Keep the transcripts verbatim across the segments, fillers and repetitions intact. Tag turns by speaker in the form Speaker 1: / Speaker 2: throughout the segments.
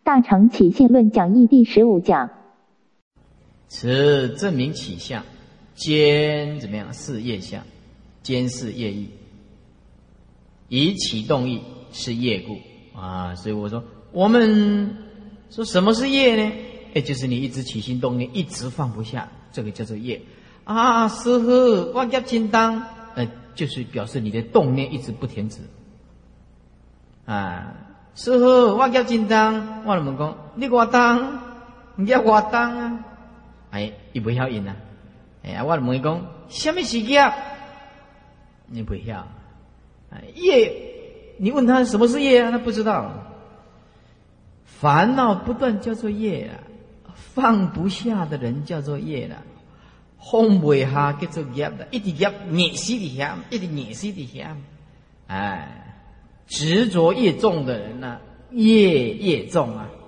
Speaker 1: 大乘起信论讲义第十五讲。
Speaker 2: 此证明起相，兼怎么样？是业相，兼是业意，以启动意是业故啊。所以我说，我们说什么是业呢？哎，就是你一直起心动念，一直放不下，这个叫做业啊。师父，我业真重，呃，就是表示你的动念一直不停止啊。师父，我业真重，我就问讲，你偌重？你业偌重啊？哎，伊不晓应啊！哎呀，我就问伊讲，什么是业？你不晓。业，你问他什么是业啊？他不知道。烦恼不断叫做业啊，放不下的人叫做业啦，放不下叫做业啦，一直业碾死的下，一直碾死的下。哎，执着业重的人呢、啊，业业重啊。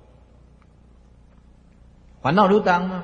Speaker 2: 烦恼如当吗？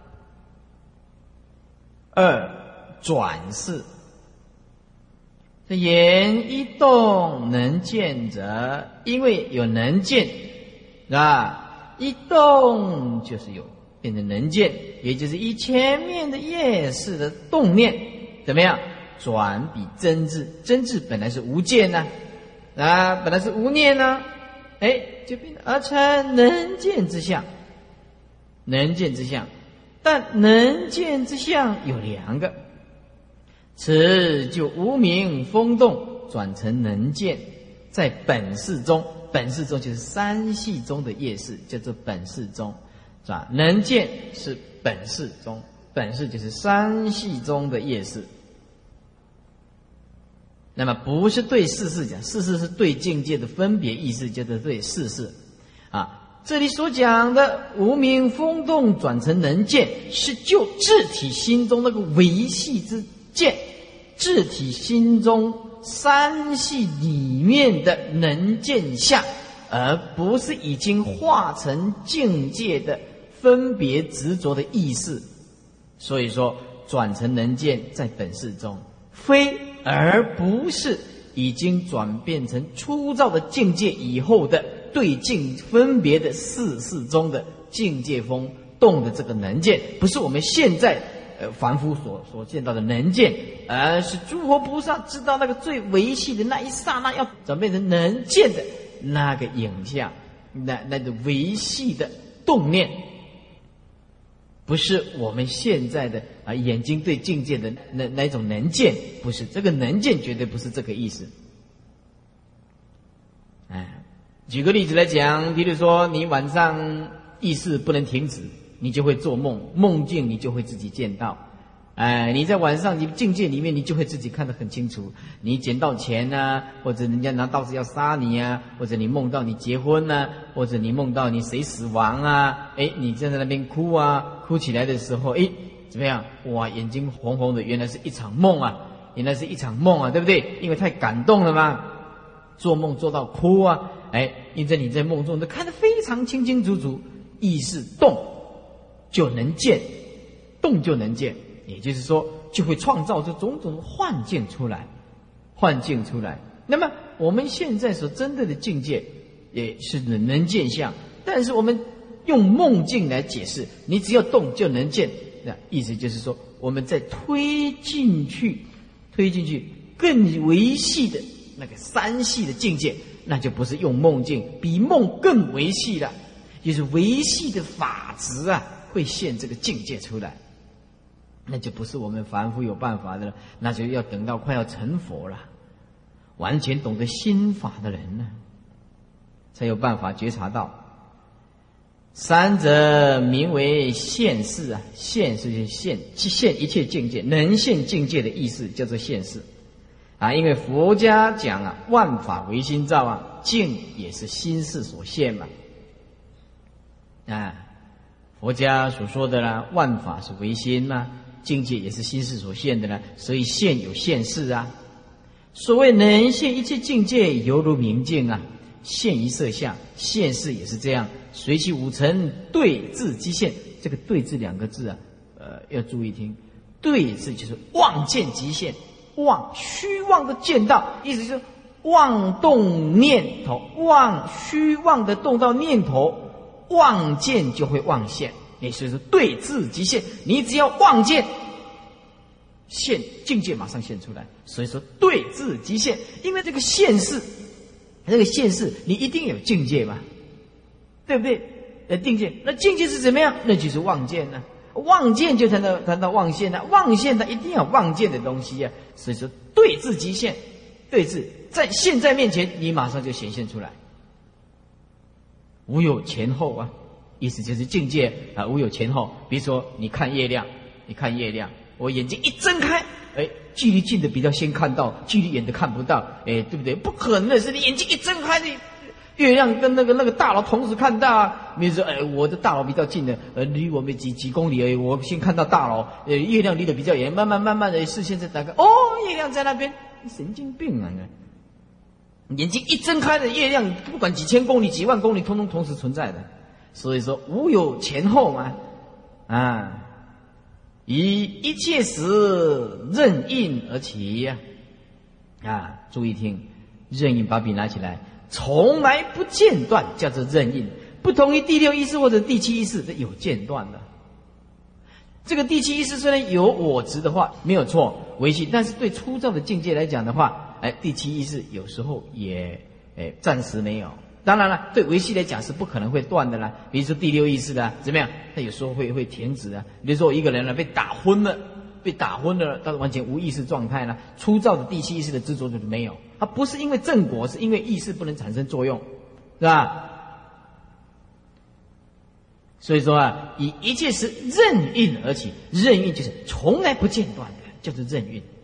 Speaker 2: 二转世，这言一动能见者，因为有能见啊，一动就是有变成能见，也就是以前面的业识的动念怎么样转比真智，真智本来是无见呐、啊，啊，本来是无念呐、啊，哎，就变而成能见之相。能见之相，但能见之相有两个，此就无明风动转成能见，在本世中，本世中就是三系中的业识，叫做本世中，是吧？能见是本世中，本世就是三系中的业识。那么不是对世事讲，世事是对境界的分别意识，叫做对世事啊。这里所讲的无明风动转成能见，是就自体心中那个维系之见，自体心中三系里面的能见相，而不是已经化成境界的分别执着的意识。所以说转成能见在本世中，非而不是已经转变成粗糙的境界以后的对境分别的世事中的境界风动的这个能见，不是我们现在呃凡夫所所见到的能见，而是诸佛菩萨知道那个最维系的那一刹那要转变成能见的那个影像，那那个维系的动念，不是我们现在的啊眼睛对境界的那那种能见，不是这个能见，绝对不是这个意思。哎。举个例子来讲，比如说你晚上意识不能停止，你就会做梦，梦境你就会自己见到。哎，你在晚上你境界里面，你就会自己看得很清楚。你捡到钱啊，或者人家拿刀子要杀你啊，或者你梦到你结婚啊，或者你梦到你谁死亡啊，哎，你站在那边哭啊，哭起来的时候，哎，怎么样？哇，眼睛红红的，原来是一场梦啊，原来是一场梦啊，对不对？因为太感动了嘛。做梦做到哭啊，哎，因为你在梦中都看得非常清清楚楚，意识动就能见，动就能见，也就是说就会创造出种种幻境出来，幻境出来。那么我们现在所针对的境界也是能见相，但是我们用梦境来解释，你只要动就能见，那意思就是说我们在推进去，推进去更维系的那个三系的境界，那就不是用梦境，比梦更维系了，就是维系的法执啊，会现这个境界出来，那就不是我们凡夫有办法的了，那就要等到快要成佛了，完全懂得心法的人呢，才有办法觉察到。三者名为现世啊，现是现现一切境界，能现境界的意思叫做现世。啊，因为佛家讲啊，万法唯心造啊，境也是心事所现嘛。啊，佛家所说的啦，万法是唯心嘛，境界也是心事所现的啦，所以现有现世啊。所谓能现一切境界，犹如明镜啊，现一色相，现世也是这样，随其五尘对治即现。这个对治两个字啊，呃，要注意听，对治就是望见即现。望虚妄的见到，意思就是妄动念头，妄虚妄的动到念头，妄见就会妄现。也所以说对治即现，你只要妄见，现境界马上现出来。所以说对治即现，因为这个现世，这个现世你一定有境界嘛，对不对？呃，境界，那境界是怎么样？那就是妄见呢、啊，妄见就谈到谈到妄现呢、啊，妄现它一定要有妄见的东西啊。所以说对治即现，对治在现在面前，你马上就显现出来，无有前后啊。意思就是境界啊，无有前后。比如说你看月亮，你看月亮，我眼睛一睁开，哎，距离近的比较先看到，距离远的看不到，哎，对不对？不可能的是你眼睛一睁开，你月亮跟那个那个大佬同时看到啊。比如说，哎，我的大佬比较近的，呃，离我们几几公里而已，我先看到大佬，呃，月亮离得比较远，慢慢慢慢的视线再打开，哦，月亮在那边，你神经病啊！眼睛一睁开的月亮，不管几千公里、几万公里，通通同时存在的。所以说无有前后嘛，啊，以一切时任印而起呀、啊，啊，注意听，任印把笔拿起来，从来不间断，叫做任印。不同于第六意识或者第七意识，这有间断的。这个第七意识虽然有我执的话没有错，维系，但是对粗糙的境界来讲的话，哎，第七意识有时候也哎暂时没有。当然了，对维系来讲是不可能会断的啦。比如说第六意识的怎么样，它有时候会会停止啊。比如说我一个人呢被打昏了，被打昏了，但是完全无意识状态呢，粗糙的第七意识的执着就是没有。它不是因为正果，是因为意识不能产生作用，是吧？所以说啊，以一切时任运而起，任运就是从来不间断的，叫做任运。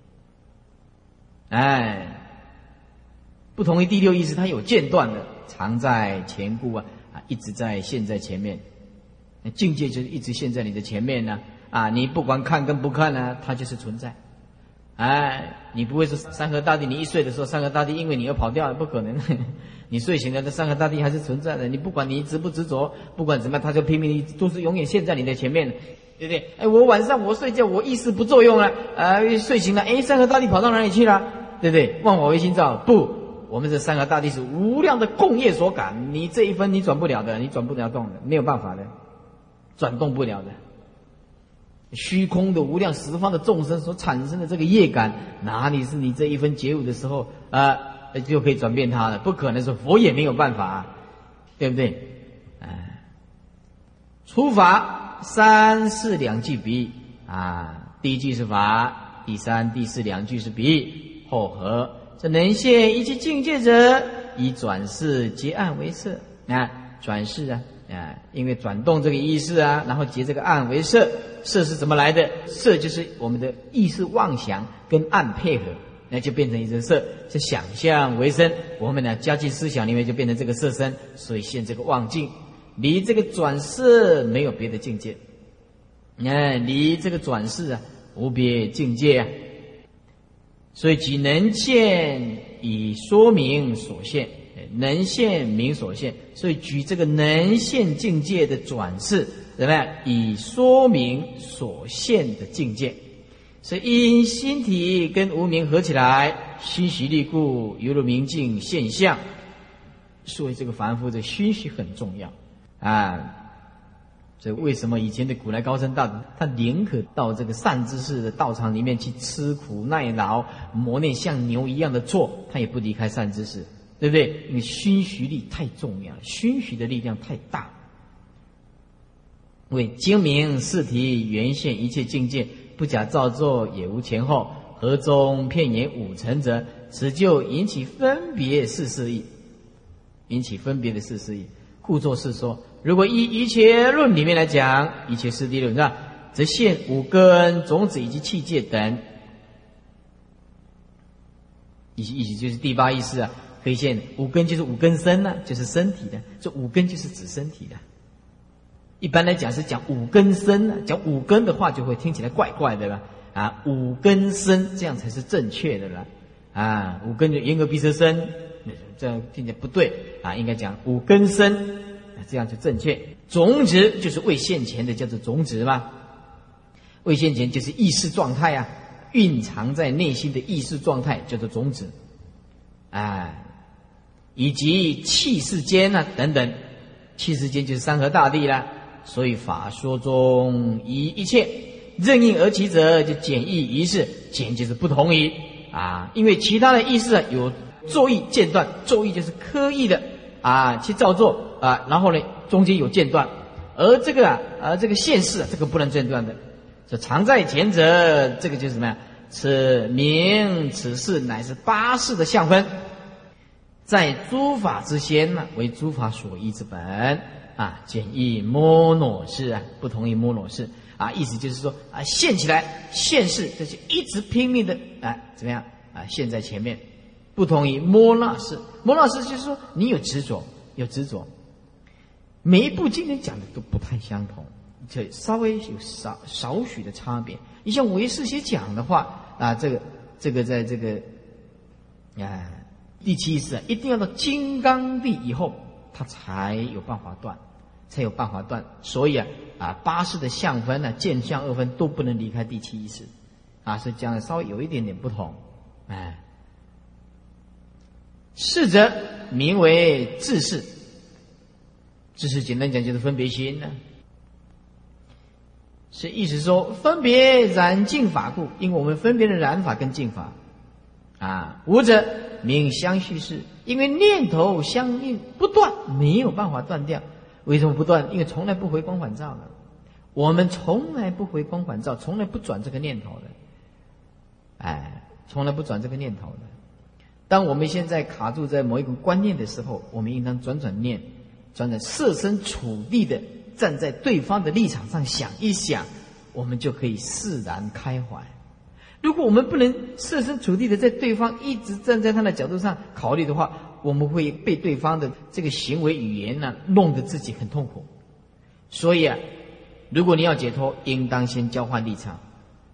Speaker 2: 哎，不同于第六意识，它有间断的。常在前顾啊，啊，一直在现在前面，境界就是一直现在你的前面呢、啊，啊，你不管看跟不看呢、啊，它就是存在。哎，你不会说山河大地，你一睡的时候，山河大地因为你而跑掉了，不可能。你睡醒了，这山河大地还是存在的。你不管你执不执着，不管怎么样，它就拼命都是永远现在你的前面，对不对？哎，我晚上我睡觉，我意识不作用了，啊，睡醒了，哎，山河大地跑到哪里去了？对不对？万法唯心造，不。我们这山河大地是无量的共业所感，你这一分你转不了的，你转不了动的，没有办法的，转动不了的。虚空的无量十方的众生所产生的这个业感，哪里是你这一分觉悟的时候啊、呃、就可以转变它了？不可能，说佛也没有办法、啊，对不对？哎，初法三四两句比喻啊，第一句是法，第三、第四两句是比喻，后合。这能现一切境界者，以转世结暗为色啊，转世啊啊，因为转动这个意识啊，然后结这个暗为色，色是怎么来的？色就是我们的意识妄想跟暗配合，那就变成一种色，是想象为身，我们呢加进思想里面就变成这个色身，所以现这个妄境，离这个转世没有别的境界，哎，离这个转世啊无别境界啊。所以举能现以说明所现，能现明所现，所以举这个能现境界的转世，怎么样？以说明所现的境界。所以因心体跟无明合起来，虚实力故，犹如明镜现象。所以这个凡夫的虚实很重要啊。所以为什么以前的古来高僧大德，他宁可到这个善知识的道场里面去吃苦耐劳磨练像牛一样的做，他也不离开善知识，对不对？因为熏习力太重要，熏习的力量太大。为精明四体圆现一切境界，不假造作，也无前后，合中片言五成者，此就引起分别四事义，引起分别的四事义。故作是说，如果依一切论里面来讲，一切四谛论是吧，则现五根、种子以及器界等，意思意思就是第八意识啊，可以现五根，就是五根身呢、啊，就是身体的，这五根就是指身体的。一般来讲是讲五根身呢、啊，讲五根的话就会听起来怪怪的了啊，五根身这样才是正确的了啊，五根就眼耳鼻舌身。这样听起来不对啊，应该讲五根身，这样就正确。种子就是未现前的，叫做种子嘛。未现前就是意识状态啊，蕴藏在内心的意识状态，叫做种子。 哎，以及气世间啊等等，气世间就是山河大地啦。所以法说中依一切任应而起者，就简易一事，简就是不同于啊，因为其他的意思啊有作意间断，作意就是刻意的啊去照做啊，然后呢中间有间断，而这个啊啊这个现世啊这个不能间断的。这常在前者，这个就是什么呀？此名此事乃是八事的相分，在诸法之先呢，为诸法所依之本啊，简易摩耨氏啊，不同于摩耨氏啊，意思就是说啊，现起来现世，这就一直拼命的啊，怎么样啊？现在前面，不同于摩那氏，摩那氏就是说你有执着，有执着，每一部经典讲的都不太相同。这稍微有少少许的差别。你像唯识学讲的话啊，这个这个在这个啊第七意识啊，一定要到金刚地以后，它才有办法断，才有办法断。所以啊啊八识的相分呢、啊，见相二分都不能离开第七意识啊，所以讲的稍微有一点点不同。哎，是则名为自识，自识简单讲就是分别心呢、啊。是意思说，分别染净法故，因为我们分别的染法跟净法啊。无者名相续事，因为念头相应不断，没有办法断掉。为什么不断？因为从来不回光返照的，我们从来不回光返照，从来不转这个念头的，哎，从来不转这个念头的。当我们现在卡住在某一种观念的时候，我们应当转转念，转转设身处地的站在对方的立场上想一想，我们就可以释然开怀。如果我们不能设身处地的在对方一直站在他的角度上考虑的话，我们会被对方的这个行为语言呢、啊、弄得自己很痛苦。所以啊，如果你要解脱，应当先交换立场，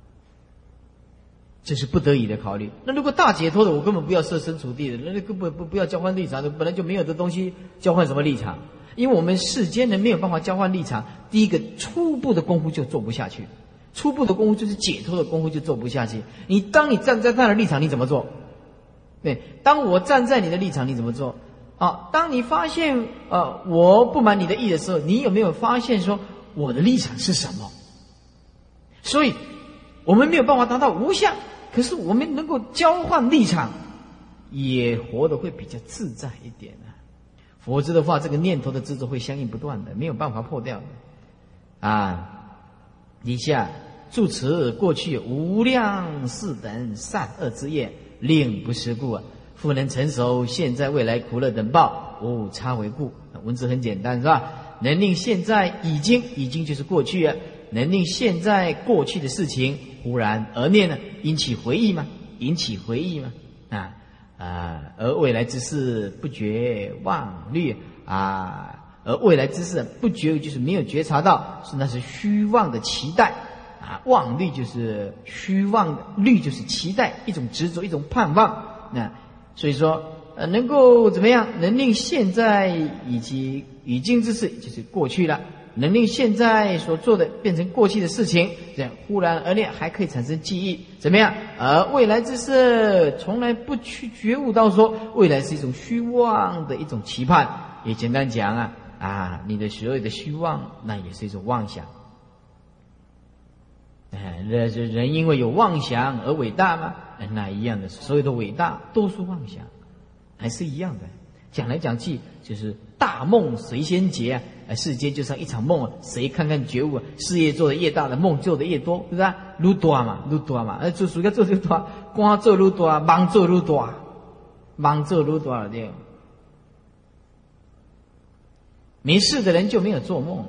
Speaker 2: 这是不得已的考虑。那如果大解脱的，我根本不要设身处地的，那根本不不要交换立场的，本来就没有的东西，交换什么立场？因为我们世间人没有办法交换立场，第一个初步的功夫就做不下去，初步的功夫就是解脱的功夫就做不下去。你当你站在他的立场，你怎么做？对，当我站在你的立场，你怎么做？啊，当你发现呃我不满你的意的时候，你有没有发现说我的立场是什么？所以我们没有办法达到无相，可是我们能够交换立场，也活得会比较自在一点啊。否则的话，这个念头的执着会相应不断的，没有办法破掉的啊。以下住持过去无量世等善恶之业，令不失故啊，复能成熟现在未来苦乐等报，无差为故。文字很简单是吧？能令现在已经已经就是过去啊，能令现在过去的事情忽然而念呢，引起回忆吗？引起回忆吗？啊。啊，而未来之事不觉忘虑啊，而未来之事不觉就是没有觉察到，是那是虚妄的期待啊，忘虑就是虚妄的，虑就是期待，一种执着，一种盼望。那所以说，呃，能够怎么样？能令现在以及已经之事就是过去了，能令现在所做的变成过去的事情，这样忽然而念还可以产生记忆，怎么样？而未来之事从来不去觉悟到说未来是一种虚妄的一种期盼。也简单讲啊啊，你的所有的虚妄，那也是一种妄想。哎，人因为有妄想而伟大吗？那一样的，所有的伟大都是妄想，还是一样的。讲来讲去就是大梦谁先结啊？世间就像一场梦啊，谁看看觉悟啊？事业做得越大的梦做得越多，是不是？愈多嘛，愈多嘛，做事要做愈多，官做愈多，忙做愈多，忙做愈多了对。没事的人就没有做梦。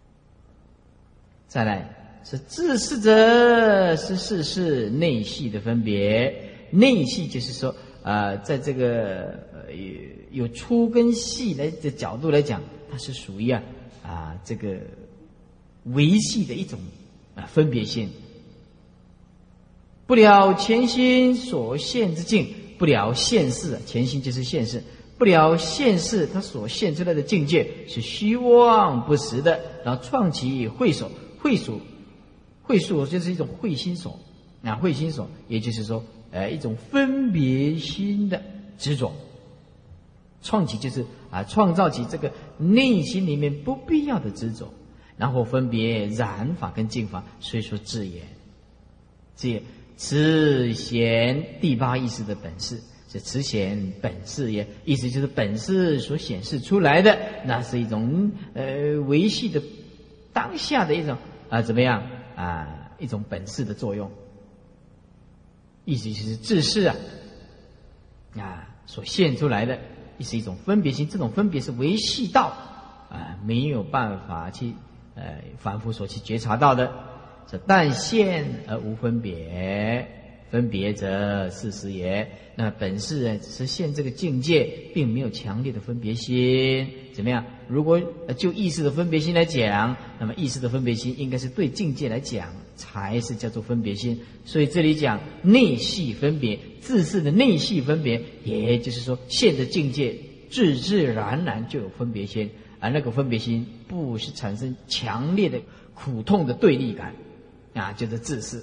Speaker 2: 再来是自识者是事事内系的分别，内系就是说呃，在这个呃有粗跟细来的角度来讲，它是属于啊啊这个维系的一种啊分别性。不了前心所现之境，不了现世，前心就是现世，不了现世，它所现出来的境界是虚妄不实的，然后创其慧所，慧所慧所就是一种慧心所啊，慧心所，也就是说呃一种分别心的执着。创起就是啊，创造起这个内心里面不必要的执着，然后分别染法跟净法，所以说智也。智也，此显第八意识的本事，是此显本事也。意思就是本事所显示出来的，那是一种呃维系的当下的一种啊怎么样啊一种本事的作用。意思就是智识啊啊所现出来的。是一种分别心，这种分别是维系到啊没有办法去呃反复所去觉察到的。这但现而无分别，分别则事实也。那本事呢，只是现这个境界，并没有强烈的分别心。怎么样？如果就意识的分别心来讲，那么意识的分别心应该是对境界来讲才是叫做分别心。所以这里讲内系分别，自是的内系分别，也就是说现的境界自自然然就有分别心，而那个分别心不是产生强烈的苦痛的对立感啊，就是自是。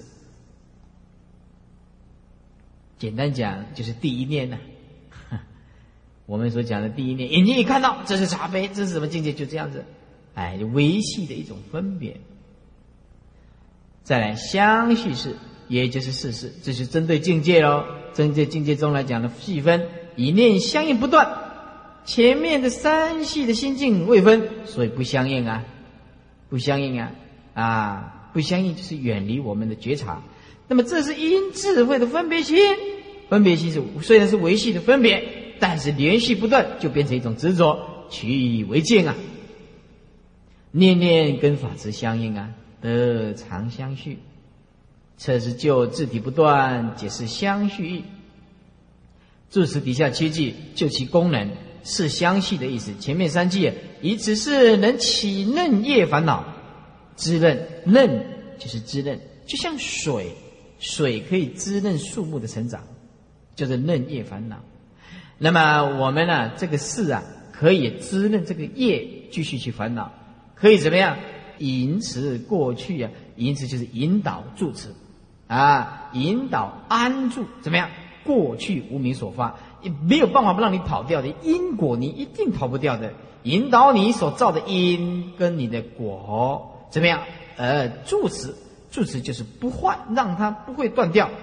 Speaker 2: 简单讲就是第一念呢、啊，我们所讲的第一念，眼睛一看到这是茶杯，这是什么境界，就这样子，哎，维系的一种分别。再来相续事，也就是事事，这是针对境界咯。针对境界中来讲的细分，以念相应不断，前面的三系的心境未分，所以不相应啊，不相应啊，啊，不相应就是远离我们的觉察。那么这是因智慧的分别心，分别心是虽然是维系的分别，但是连续不断，就变成一种执着，取以为境啊。念念跟法执相应啊，得常相续。这是就字体不断解释相续义。注释底下七句就其功能是相续的意思。前面三句以此事能起嫩叶烦恼，滋润，嫩就是滋润，就像水。水可以滋润树木的成长，就是嫩叶烦恼。那么我们呢、啊，这个事啊，可以滋润这个叶，继续去烦恼，可以怎么样？引持过去啊，引持就是引导住持啊，引导安住，怎么样？过去无明所发，也没有办法不让你跑掉的因果，你一定逃不掉的。引导你所造的因跟你的果，怎么样？呃，住持。住持就是不坏，让它不会断掉。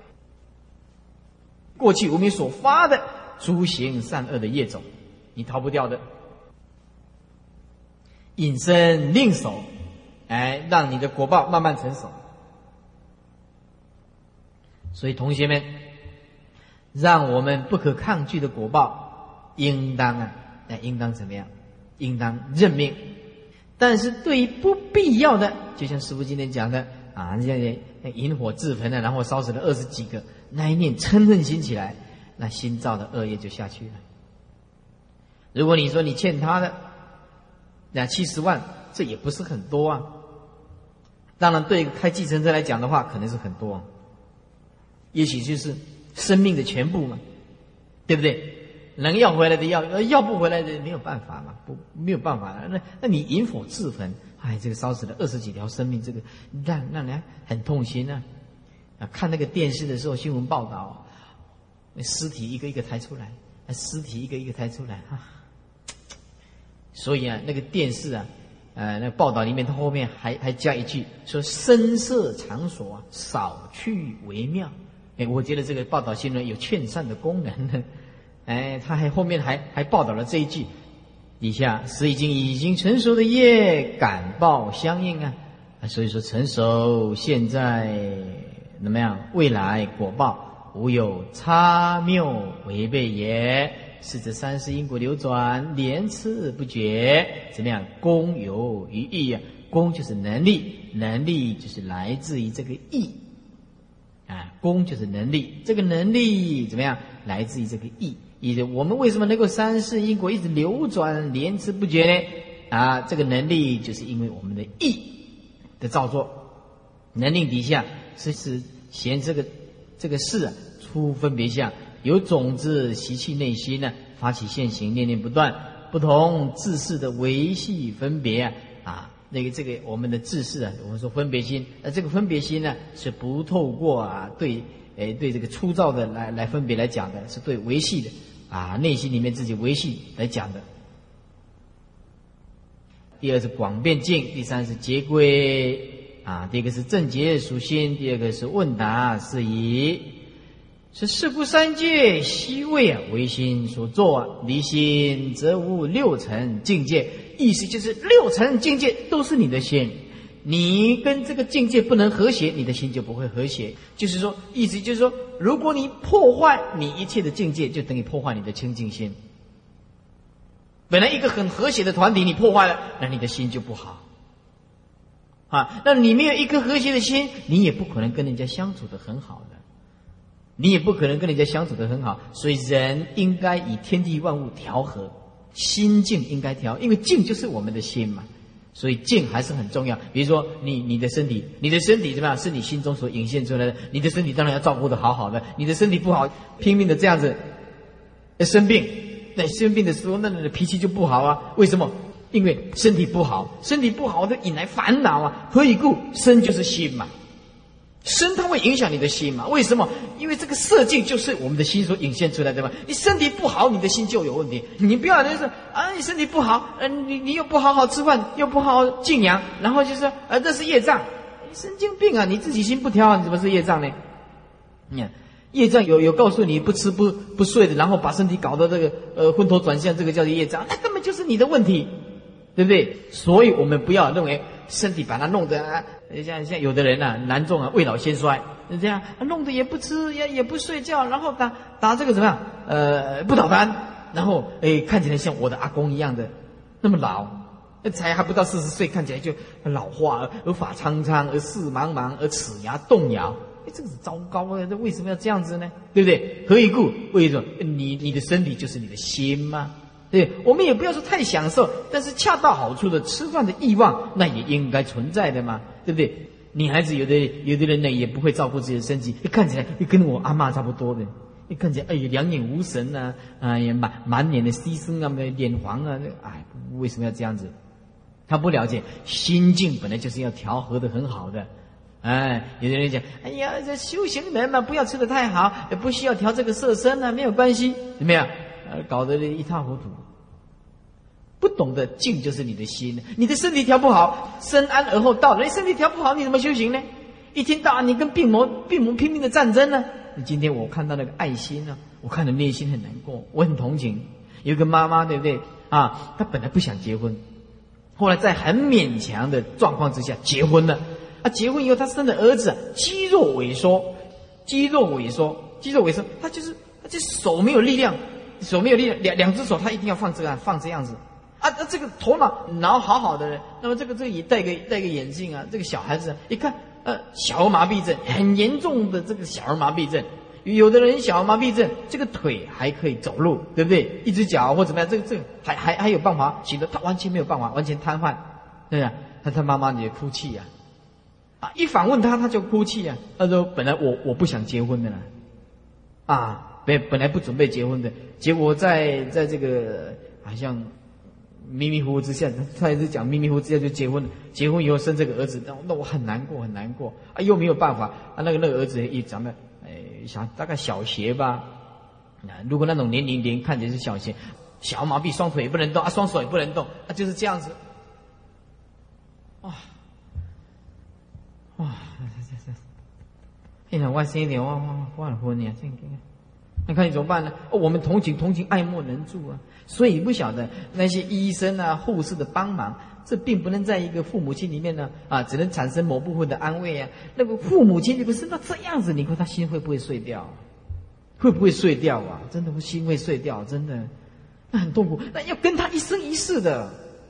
Speaker 2: 过去无明所发的诸行善恶的业种，你逃不掉的。引生令手，哎，让你的果报慢慢成熟。所以同学们，让我们不可抗拒的果报，应当啊，哎，应当怎么样？应当认命。但是对于不必要的，就像师父今天讲的啊，这样引火自焚的，然后烧死了二十几个，那一念嗔恨心起来，那心造的恶业就下去了。如果你说你欠他的那七十万，这也不是很多啊。当然，对一个开计程车来讲的话，可能是很多啊，也许就是生命的全部嘛，对不对？能要回来的要，要不回来的没有办法嘛，不没有办法了。那那你引火自焚，哎，这个烧死了二十几条生命，这个让让人很痛心啊！啊，看那个电视的时候，新闻报道，那尸体一个一个抬出来，尸体一个一个抬出来啊！所以啊，那个电视啊，呃，那个报道里面，它后面还还加一句说：“声色场所啊，少去为妙。”哎，我觉得这个报道新闻有劝善的功能呢。哎，他还后面还还报道了这一句，底下是已经已经成熟的业感报相应啊，所以说成熟现在怎么样？未来果报无有差谬违背也，是指三世因果流转连次不绝，怎么样？功有余义啊，功就是能力，能力就是来自于这个义啊，功就是能力，这个能力怎么样？来自于这个义。意思我们为什么能够三世因果一直流转连持不绝呢？啊，这个能力就是因为我们的意的造作，能力底下是是嫌这个这个事啊出分别相，有种子习气内心呢，发起现行，念念不断，不同自事的维系分别啊啊，那个这个我们的自事啊，我们说分别心，那这个分别心呢是不透过啊对诶对这个粗糙的来来分别来讲的，是对维系的。 啊，内心里面自己维系来讲的。第二是广辩境，第三是结归啊，第一个是正结属心，第二个是问答是以。是四故三界悉为啊唯心所作啊，离心则无六尘境界。意思就是六尘境界都是你的心，你跟这个境界不能和谐，你的心就不会和谐。就是说，意思就是说，如果你破坏你一切的境界，就等于破坏你的清净心。本来一个很和谐的团体，你破坏了，那你的心就不好啊。那你没有一颗和谐的心，你也不可能跟人家相处得很好的。你也不可能跟人家相处得很好，所以人应该以天地万物调和，心境应该调，因为静就是我们的心嘛，所以静还是很重要。比如说你你的身体，你的身体怎么样？是你心中所隐现出来的，你的身体当然要照顾得好好的。你的身体不好，拼命的这样子生病，那生病的时候，那你的脾气就不好啊。为什么？因为身体不好，身体不好就引来烦恼啊。何以故？身就是心嘛。身它会影响你的心嘛？为什么？因为这个色境就是我们的心所引现出来的嘛。你身体不好，你的心就有问题。你不要就是啊，你身体不好，呃，你你又不好好吃饭，又不好好静养，然后就说啊，这是业障，你神经病啊！你自己心不调，你怎么是业障呢？你看，业障有有告诉你不吃不不睡的，然后把身体搞得这个呃昏头转向，这个叫做业障，那根本就是你的问题，对不对？所以我们不要认为身体把它弄得啊。像像有的人啊，男众啊，未老先衰，这样弄得也不吃也也不睡觉，然后打打这个怎么样？呃，不倒单，然后诶，看起来像我的阿公一样的那么老，才还不到四十岁，看起来就老化，而发苍苍，而视茫茫，而齿牙动摇。哎，这个是糟糕啊！这为什么要这样子呢？对不对？何以故？为什么？你你的身体就是你的心吗？对，我们也不要说太享受，但是恰到好处的吃饭的欲望，那也应该存在的嘛，对不对？女孩子有的有的人呢，也不会照顾自己的身体，看起来跟我阿嬷差不多的，看起来哎呀两眼无神啊，哎呀满满脸的牺牲啊，脸黄啊，哎，为什么要这样子？他不了解心境本来就是要调和的很好的。哎，有的人讲，哎呀，这修行人嘛，不要吃得太好，也不需要调这个色身啊，没有关系，怎么样？呃，搞得一塌糊涂。不懂得静就是你的心，你的身体调不好，生安而后道。你身体调不好，你怎么修行呢？一天到晚你跟病魔病魔拼命的战争呢？你今天我看到那个爱心呢、啊，我看着内心很难过，我很同情。有个妈妈，对不对啊？她本来不想结婚，后来在很勉强的状况之下结婚了。啊，结婚以后她生的儿子、啊、肌肉萎缩，肌肉萎缩，肌肉萎缩，他就是他这手没有力量，手没有力量，两两只手他一定要放这样放这样子。啊，这个头脑脑好好的人，那么这个这个也戴个戴个眼镜啊，这个小孩子一看，呃，小儿麻痹症很严重的这个小儿麻痹症，有的人小儿麻痹症，这个腿还可以走路，对不对？一只脚或怎么样，这个这个还还还有办法行动，他完全没有办法，完全瘫痪，对呀、啊，他他妈妈也哭泣呀、啊，啊，一访问他他就哭泣呀、啊，他说本来我我不想结婚的啦，啊，本本来不准备结婚的，结果在在这个好像。迷迷糊糊之下，他一直讲迷迷糊糊之下就结婚了。结婚以后生这个儿子，那那我很难过，很难过啊！又没有办法啊。那个那个儿子也长得，哎，小大概小学吧。啊，如果那种年龄龄看起来是小学，小麻痹，双腿也不能动啊，双手也不能动啊，就是这样子。哇哇，这这，哎呀，我生一点，我我我了婚呀，这个。那看你怎么办呢？哦，我们同情同情，爱莫能助啊！所以不晓得那些医生啊、护士的帮忙，这并不能在一个父母亲里面呢啊，只能产生某部分的安慰啊。那个父母亲如果生到这样子，你看他心会不会碎掉？会不会碎掉啊？真的，心会碎掉，真的，那很痛苦。那要跟他一生一世的。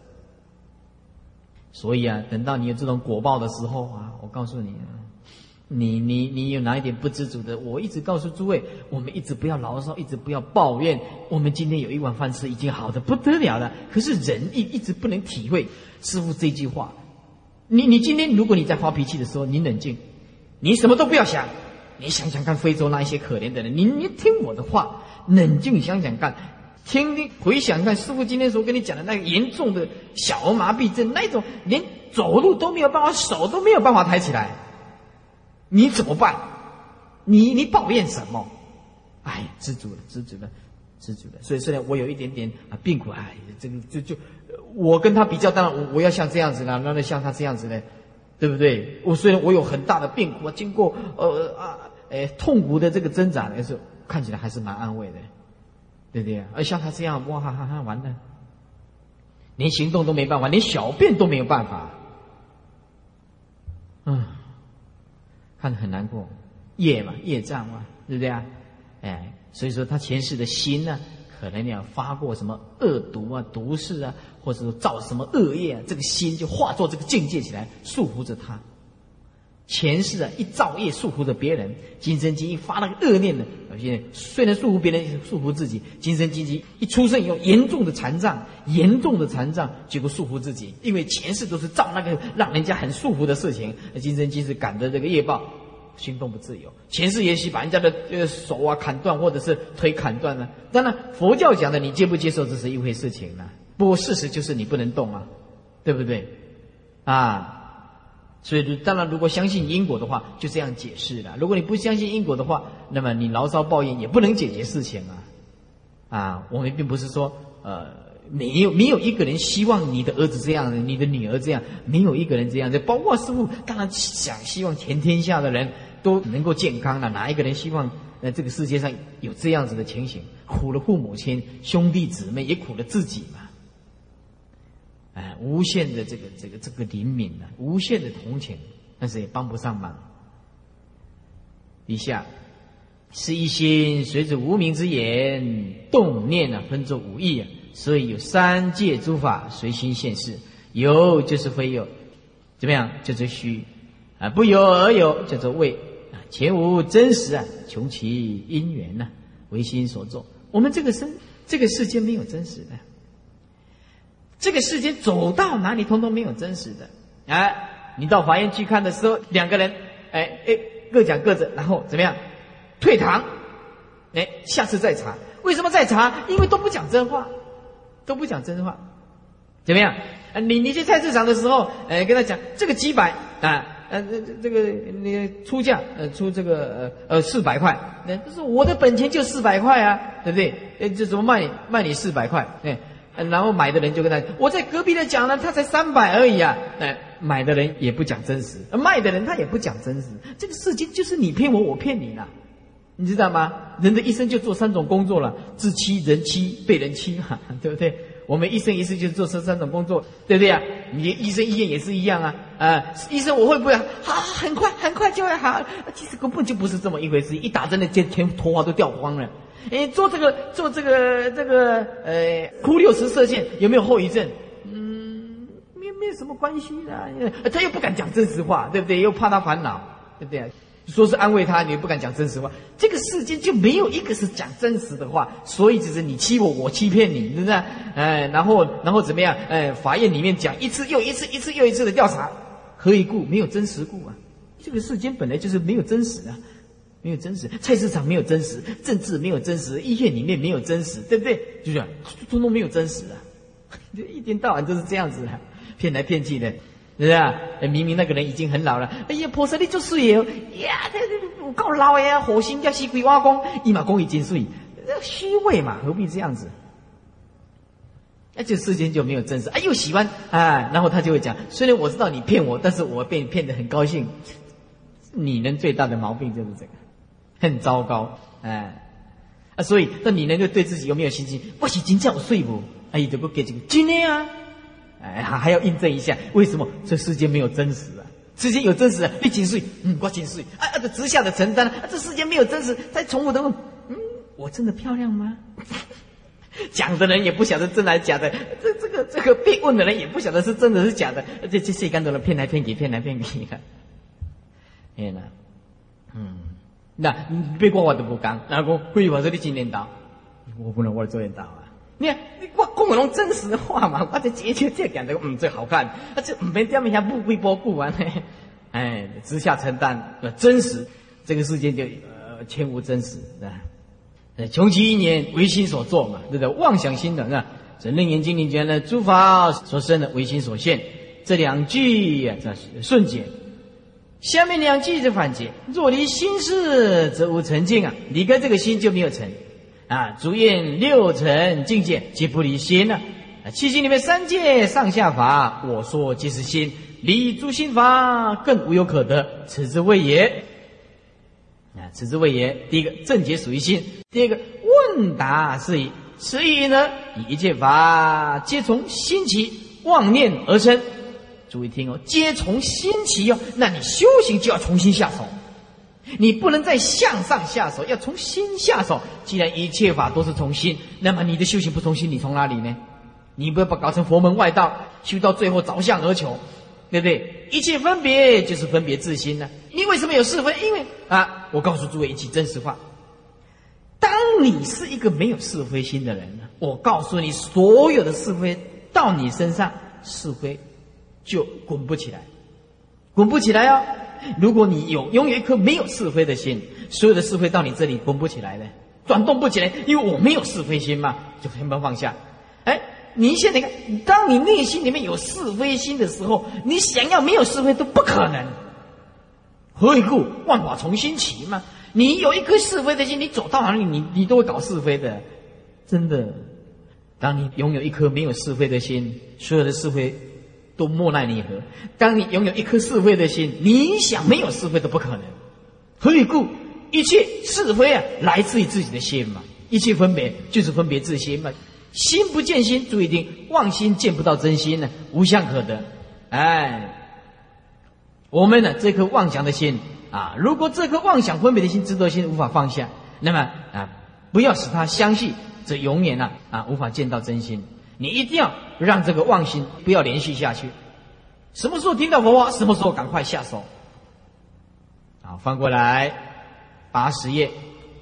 Speaker 2: 所以啊，等到你有这种果报的时候啊，我告诉你啊。你你你有哪一点不知足的？我一直告诉诸位，我们一直不要牢骚，一直不要抱怨。我们今天有一碗饭吃，已经好的不得了了。可是人一一直不能体会师父这句话。你你今天如果你在发脾气的时候，你冷静，你什么都不要想，你想想看非洲那一些可怜的人，你你听我的话，冷静想想看，听听回想看师父今天所跟你讲的那个严重的小儿麻痹症，那种连走路都没有办法，手都没有办法抬起来。你怎么办？你你抱怨什么？哎，知足了，知足了。 知足的。所以虽然我有一点点啊病苦，哎，这个就就我跟他比较，当然我我要像这样子啦，那那像他这样子呢，对不对？我虽然我有很大的病苦，经过呃啊诶痛苦的这个挣扎的时候，看起来还是蛮安慰的，对不对啊？而像他这样，哇哈哈哈，完了，连行动都没办法，连小便都没有办法，嗯，看得很难过，业嘛，业障嘛，对不对啊？哎，所以说他前世的心呢、啊，可能要发过什么恶毒啊、毒誓啊，或者说造什么恶业啊，这个心就化作这个境界起来，束缚着他。前世啊，一造业束缚着别人，今生今一发那个恶念呢，有些人虽然束缚别人，束缚自己，今生今一一出生以后严重的残障，严重的残障，结果束缚自己，因为前世都是造那个让人家很束缚的事情，今生今世感的这个业报，行动不自由。前世也许把人家的呃手啊砍断，或者是腿砍断了，当然佛教讲的你接不接受这是一回事情了，不过事实就是你不能动啊，对不对啊？所以当然如果相信因果的话就这样解释了，如果你不相信因果的话，那么你牢骚抱怨也不能解决事情啊。啊，我们并不是说呃没有没有一个人希望你的儿子这样，你的女儿这样，没有一个人这样，包括师父当然想希望全天下的人都能够健康了，哪一个人希望呃这个世界上有这样子的情形？苦了父母亲兄弟姊妹，也苦了自己嘛。哎，无限的这个这个这个怜悯啊，无限的同情，但是也帮不上忙。以下是一心随着无明之言动念啊，分作五义啊，所以有三界诸法随心现世，有就是非有，怎么样？叫做虚啊，不有而有叫做谓啊，前无真实啊，穷其因缘呐、啊，唯心所作。我们这个生这个世间没有真实的。这个世间走到哪里通通没有真实的。哎，你到法院去看的时候，两个人哎哎各讲各的，然后怎么样退堂，哎下次再查。为什么再查？因为都不讲真话，都不讲真话。怎么样？你你去菜市场的时候，哎跟他讲这个几百啊，呃这这个你出价呃出这个呃呃四百块，那就是我的本钱就四百块啊，对不对？哎这怎么卖卖你四百块？哎。然后买的人就跟他，我在隔壁的讲了，他才三百而已啊！哎，买的人也不讲真实，卖的人他也不讲真实。这个世界就是你骗我，我骗你啦，你知道吗？人的一生就做三种工作了：自欺、人欺、被人欺嘛，对不对？我们一生一世就做这三种工作，对不对啊？你医生医院也是一样啊！啊，医生我会不会好？很快很快就会好，其实根本就不是这么一回事。一打针的，这天头发都掉光了。哎，做这个做这个这个呃，哭六十射线有没有后遗症？嗯，没没有什么关系的。他又不敢讲真实话，对不对？又怕他烦恼，对不对？说是安慰他，你又不敢讲真实话。这个世界就没有一个是讲真实的话，所以只是你欺我，我欺骗你，对不对？哎，然后然后怎么样？哎，法院里面讲一次又一次，一次又一次的调查，何以故？没有真实故啊！这个世间本来就是没有真实啊。没有真实，菜市场没有真实，政治没有真实，医院里面没有真实，对不对？就这样，通通没有真实啊！就一天到晚都是这样子啊，骗来骗去的，是不是啊？明明那个人已经很老了，哎呀，菩萨你做水哦，呀，有够老的呀，火星叫西鬼挖工，一马工已经水，虚伪嘛，何必这样子？而且世间就没有真实，哎，又喜欢啊，然后他就会讲，虽然我知道你骗我，但是我被你骗得很高兴。女人最大的毛病就是这个。很糟糕，哎，啊，所以那你能够对自己有没有信心？我是真正有睡不？哎，这个给这个真的啊，哎，还要印证一下，为什么这世间没有真实啊？世间有真实啊，你真睡，嗯，我真睡，啊，啊，这直下的承担，啊，这世间没有真实，再重复的问，嗯，我真的漂亮吗？讲的人也不晓得真来假的，这这个这个被问的人也不晓得是真的是假的，这这世间的人骗来骗去，骗来骗去的，哎呀，嗯。那别讲我都不讲，然后讲，我说你今年到，我不能我做领导啊！你看，我讲的拢真实的话嘛，我这节节这讲的，嗯，最好看，啊，这唔免点一下不微波不完呢，哎，直下承担，真实，这个世界就呃全无真实啊！穷其一言，唯心所作嘛，对不对？妄想心的啊，这楞严经里讲呢，诸法所生的唯心所现，这两句啊，这是顺解。下面两句是反解，若离心事则无成境啊，离开这个心就没有成啊，足验六尘境界皆不离心呢、啊。七心里面三界上下法，我说即是心，离诸心法更无有可得，此之谓也。啊，此之谓也。第一个正解属于心，第二个问答是以此意呢，以一切法皆从心起妄念而生。注意听哦，皆从心起哦，那你修行就要重新下手。你不能再向上下手，要从心下手。既然一切法都是从心，那么你的修行不从心，你从哪里呢？你不要把搞成佛门外道，修到最后着相而求，对不对？一切分别就是分别自心呢、啊。你为什么有是非？因为啊，我告诉诸位一句真实话：当你是一个没有是非心的人呢，我告诉你，所有的是非到你身上，是非就滚不起来，滚不起来哦。如果你有拥有一颗没有是非的心，所有的是非到你这里滚不起来的，转动不起来，因为我没有是非心嘛，就全部放下。哎，你现在看，当你内心里面有是非心的时候，你想要没有是非都不可能。何以故？万法从心起嘛。你有一颗是非的心，你走到哪里，你你都会搞是非的，真的。当你拥有一颗没有是非的心，所有的是非都莫奈你何。当你拥有一颗是非的心，你想没有是非都不可能。何以故？一切是非啊，来自于自己的心嘛。一切分别就是分别自心嘛。心不见心，注意听，妄心见不到真心呢，无相可得。哎，我们呢这颗妄想的心啊，如果这颗妄想分别的心、执着心无法放下，那么啊，不要使他相续，则永远啊啊无法见到真心。你一定要让这个妄心不要连续下去。什么时候听到佛法，什么时候赶快下手。好，翻过来八十页，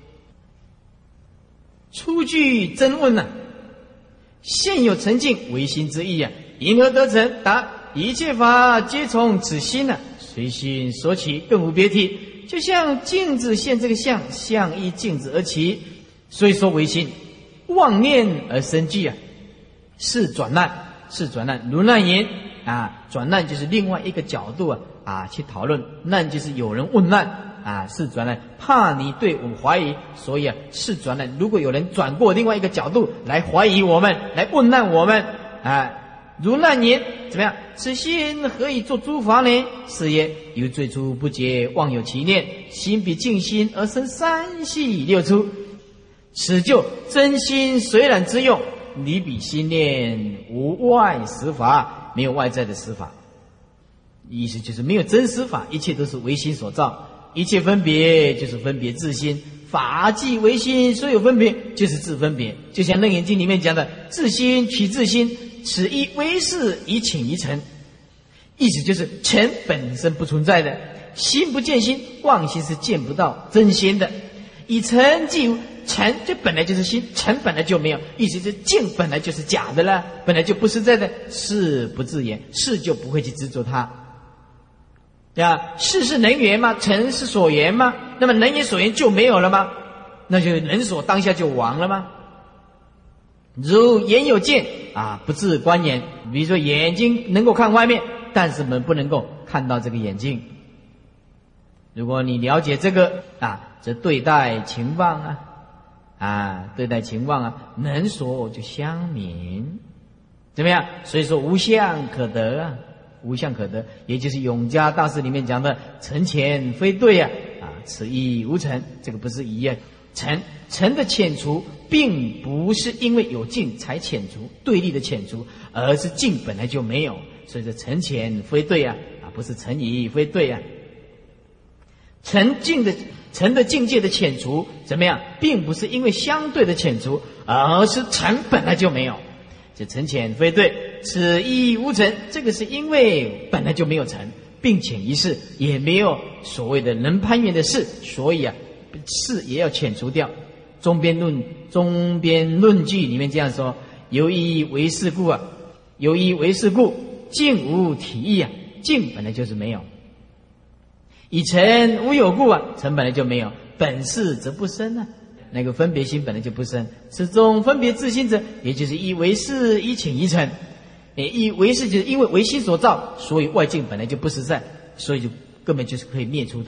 Speaker 2: 出句真问呢、啊，现有成境唯心之意啊，因何得成？答：一切法皆从此心呢、啊，随心所起，更无别体。就像镜子现这个相，相依镜子而起，所以说唯心。妄念而生惧啊，是转难，是转难。如难言啊，转难就是另外一个角度啊啊去讨论，难就是有人问难啊，是转难，怕你对我们怀疑，所以啊是转难。如果有人转过另外一个角度来怀疑我们，来问难我们啊，如难言怎么样？此心何以作诸法呢？是也，由最初不觉妄有其念，心比净心而生三系六出，此就真心随然之用。离彼心念无外实法，没有外在的实法。意思就是没有真实法，一切都是唯心所造。一切分别就是分别自心，法即唯心，所有分别就是自分别。就像《楞严经》里面讲的，自心取自心，此一唯是一请一尘。意思就是尘本身不存在的，心不见心，妄心是见不到真心的。以尘即无，尘这本来就是心，尘本来就没有，意思是境本来就是假的了，本来就不实在的，是不自言，是就不会去执着它。对啊，是是能缘吗？尘是所缘吗？那么能缘所缘就没有了吗？那就能所当下就亡了吗？如眼有见啊，不自观眼。比如说眼睛能够看外面，但是我们不能够看到这个眼睛。如果你了解这个啊，则对待情望啊啊，对待情望啊，能所就相明，怎么样？所以说无相可得啊，无相可得，也就是永嘉大师里面讲的尘前非对啊啊，此意无尘，这个不是一啊。尘尘的遣除，并不是因为有境才遣除，对立的遣除，而是境本来就没有，所以说尘前非对啊啊，不是尘已非对啊。尘境的尘的境界的遣除怎么样？并不是因为相对的遣除，而是尘本来就没有。这尘遣非对，此意无尘，这个是因为本来就没有尘，并且一事也没有所谓的能攀缘的事，所以啊，事也要遣除掉。中边论中边论据里面这样说：由一为是故啊，由一为是故，境无体意啊，境本来就是没有。以尘无有故啊，尘本来就没有，本事则不生啊，那个分别心本来就不生。此中分别自心者，也就是一为是，一请一尘。一为是就是因为唯心所造，所以外境本来就不实在，所以就根本就是可以灭除它。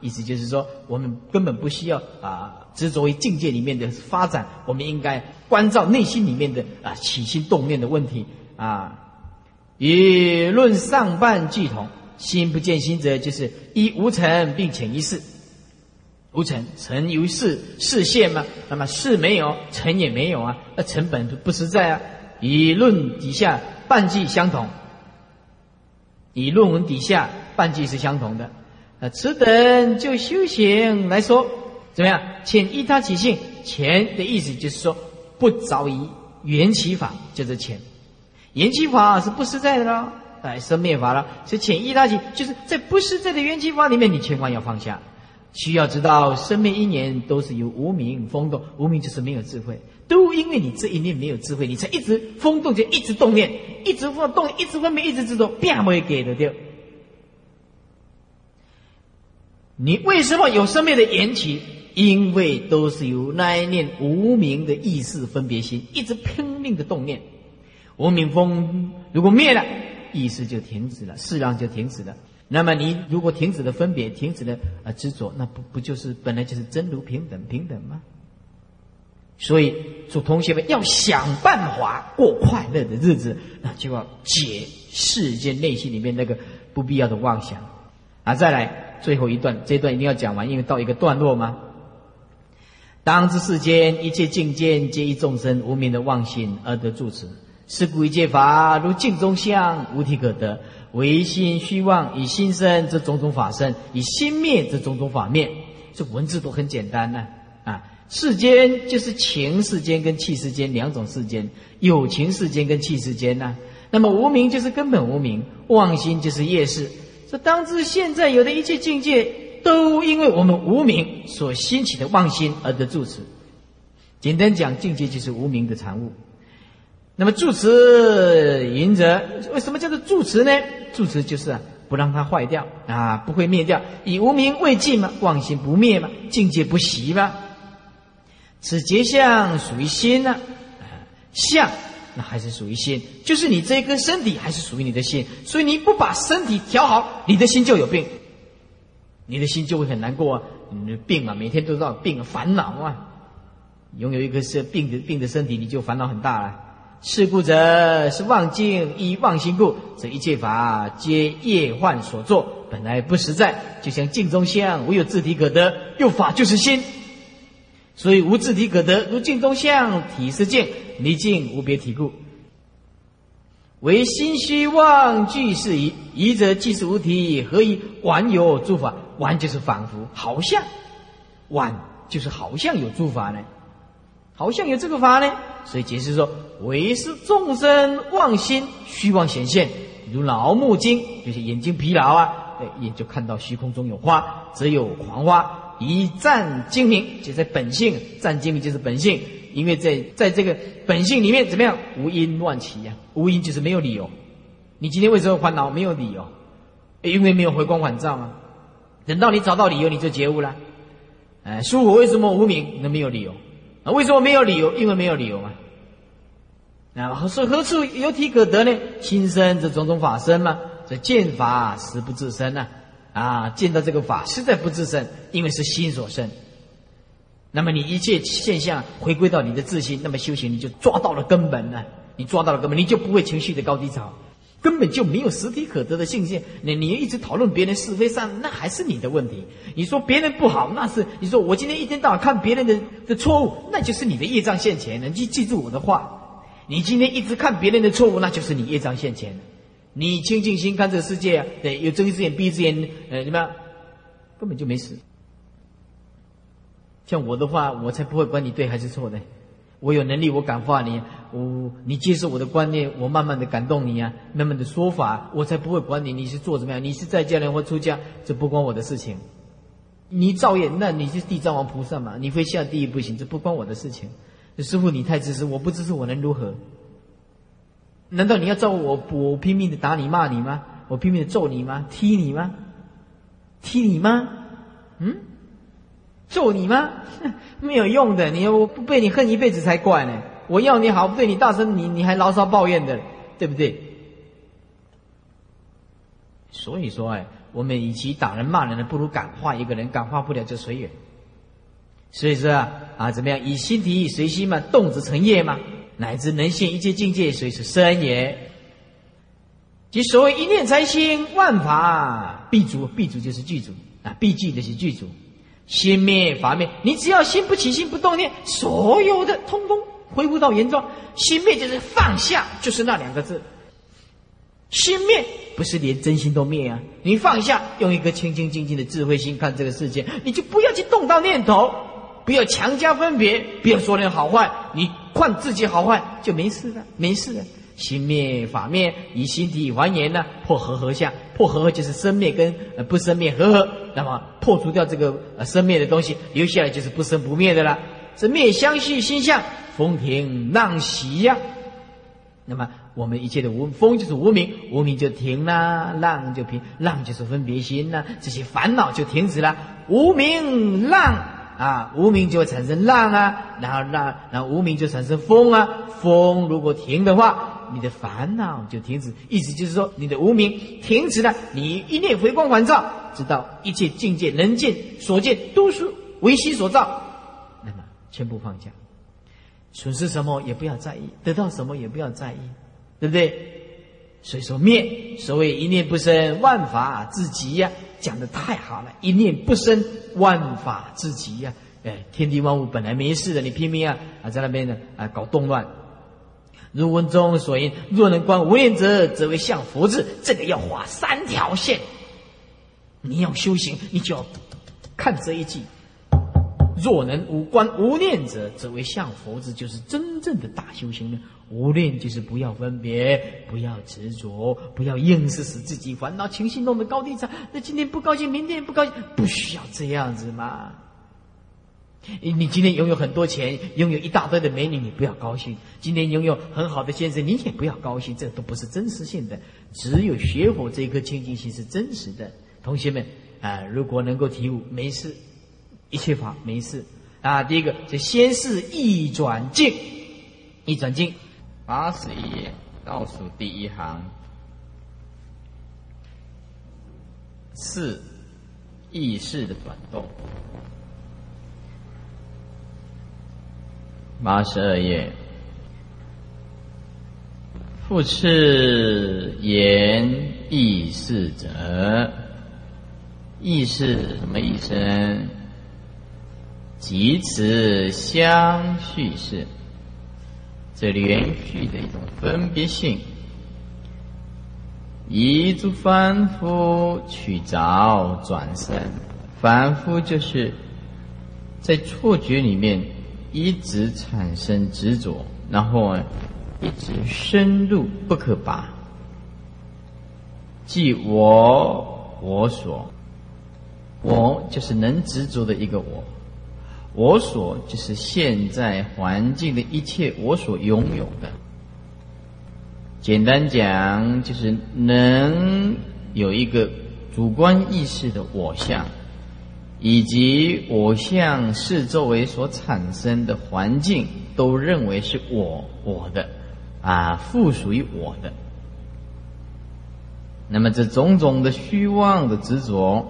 Speaker 2: 意思就是说，我们根本不需要啊执着于境界里面的发展，我们应该关照内心里面的啊起心动念的问题啊。与论上半俱同，心不见心者，就是一无成并潜于事。无成，成由事，事现吗？那么事没有，成也没有啊，那成本不实在啊。与论底下半句相同，以论文底下半句是相同的。那此等就修行来说，怎么样？潜依他起性，潜的意思就是说不着于缘起法，就是潜。缘起法是不实在的了，哎，生灭法了，是潜依他起，就是在不实在的缘起法里面，你千万要放下。需要知道，生灭因缘都是由无明风动，无明就是没有智慧，都因为你这一念没有智慧，你才一直风动，就一直动念，一直放动，一直分别，一直执着，变不会给的掉。你为什么有生灭的缘起？因为都是由那一念无明的意识分别心一直拼命的动念，无明风如果灭了，意识就停止了，事让就停止了。那么你如果停止了分别，停止了啊执着，那不不就是本来就是真如平等平等吗？所以做同学们要想办法过快乐的日子，那就要解世间内心里面那个不必要的妄想啊。再来最后一段，这一段一定要讲完，因为到一个段落嘛。当知世间一切境界皆依众生无明的妄心而得住持，是故一切法如镜中相，无体可得。唯心虚妄，以心生这种种法生，以心灭这种种法灭。这文字都很简单呢、啊。啊，世间就是情世间跟气世间两种世间，有情世间跟气世间呢、啊。那么无明就是根本无明，妄心就是业事。这当知现在有的一切境界，都因为我们无明所兴起的妄心而得住持。简单讲，境界就是无明的产物。那么住持云者，为什么叫做住持呢？住持就是啊，不让它坏掉啊，不会灭掉。以无明为镜嘛，妄心不灭嘛，境界不息嘛。此结相属于心呢、啊，相那还是属于心，就是你这个身体还是属于你的心。所以你不把身体调好，你的心就有病，你的心就会很难过啊。你的病啊，每天都知道病啊，烦恼啊，拥有一个是病的病的身体，你就烦恼很大了。是故者是妄境依妄心故，这一切法皆业幻所作，本来不实在。就像镜中相，无有自体可得，又法就是心，所以无自体可得，如镜中相，体是镜，离镜无别体故。唯心虚妄俱是疑，疑者即是无体，何以宛有诸法？宛就是仿佛，好像，宛就是好像有诸法呢，好像有这个法呢。所以解释说，唯是众生妄心虚妄显现，如老目睛，就是眼睛疲劳啊，眼就看到虚空中有花，则有黄花，以占精明，就在本性，占精明就是本性。因为在在这个本性里面怎么样？无因乱起呀、啊，无因就是没有理由。你今天为什么烦恼？没有理由，因为没有回光返照啊。等到你找到理由，你就觉悟了。哎，属我为什么无明？那没有理由。啊，为什么没有理由？因为没有理由嘛。啊，所以何处有体可得呢？心生这种种法生嘛。这见法实不自生啊！啊，见到这个法实在不自生，因为是心所生。那么你一切现象回归到你的自心，那么修行你就抓到了根本了。你抓到了根本，你就不会情绪的高低潮，根本就没有实体可得的境界。你你一直讨论别人是非善，那还是你的问题。你说别人不好，那是你说我今天一天到晚看别人的的错误，那就是你的业障现前了。你记住我的话，你今天一直看别人的错误，那就是你业障现前了。你清净心看这个世界啊，对，有睁一只眼闭一只眼，呃，怎么样？根本就没事。像我的话，我才不会管你对还是错的。我有能力，我感化你，我你接受我的观念，我慢慢的感动你啊，慢慢的说法，我才不会管你你是做怎么样，你是在家人或出家，这不关我的事情。你造业，那你是地藏王菩萨嘛，你会下地狱不行，这不关我的事情。师父你太自私，我不自私我能如何？难道你要照我我拼命的打你骂你吗？我拼命的揍你吗？踢你吗？踢你吗？嗯？揍你吗？没有用的，你我不被你恨一辈子才怪呢。我要你好，对你大声，你你还牢骚抱怨的，对不对？ 所以说，哎，我们与其打人骂人的，不如感化一个人，感化不了就随缘。所以说啊，啊，怎么样？以心体意随心嘛，动则成业嘛，乃至能现一切境界，随是生也。即所谓一念才心，万法必足，必足就是具足啊，必具的是具足。心灭法灭，你只要心不起，心不动念，所有的通通恢复到原状。心灭就是放下，就是那两个字。心灭不是连真心都灭啊！你放下，用一个清清净净的智慧心看这个世界，你就不要去动到念头，不要强加分别，不要说人好坏，你看自己好坏就没事了，没事了。心灭法灭，以心体还原呢，破和合相，破和合就是生灭跟呃不生灭和合，那么破除掉这个呃生灭的东西，留下来就是不生不灭的了。这灭相续心相，风平浪息呀、啊。那么我们一切的无风就是无明，无明就停啦，浪就平，浪就是分别心啦，这些烦恼就停止了。无明浪啊，无明就会产生浪啊，然后浪，然后无明就产生风啊，风如果停的话，你的烦恼就停止。意思就是说，你的无明停止了，你一念回光返照，知道一切境界能见所见都是唯心所造，那么全部放下。损失什么也不要在意，得到什么也不要在意，对不对？所以说灭，所谓一念不生，万法自极呀、啊，讲得太好了。一念不生，万法自极呀、啊。哎，天地万物本来没事的，你拼命啊啊在那边呢啊搞动乱。如文中所言，若能观无念者，则为向佛智。这个要画三条线。你要修行，你就要看这一句。若能无观无念者，则为向佛智，就是真正的大修行人。无念就是不要分别，不要执着，不要硬是使自己烦恼情绪弄得高低差。那今天不高兴，明天不高兴，不需要这样子嘛。你今天拥有很多钱，拥有一大堆的美女，你不要高兴；今天拥有很好的先生，你也不要高兴。这都不是真实性的，只有学佛这一颗清净心是真实的。同学们啊、呃，如果能够体悟，没事。一切法没事啊！第一个是先是一转境，一转境，
Speaker 3: 八十一页倒数第一行，四意识的转动。八十二页，复次言意识者，意识什么意思呢？即此相续是这连续的一种分别性，以诸凡夫去找转生。凡夫就是在错觉里面一直产生执着，然后一直深入不可拔，即我我所，我就是能执着的一个我，我所就是现在环境的一切我所拥有的。简单讲，就是能有一个主观意识的我相，以及我相四周围所产生的环境，都认为是我我的啊，附属于我的。那么这种种的虚妄的执着，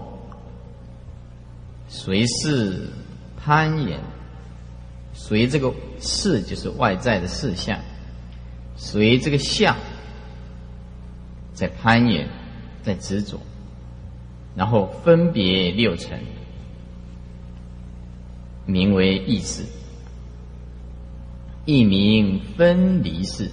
Speaker 3: 随事攀岩，随这个事就是外在的事项，随这个相在攀岩，在执着，然后分别六尘，名为意识，亦名分离识。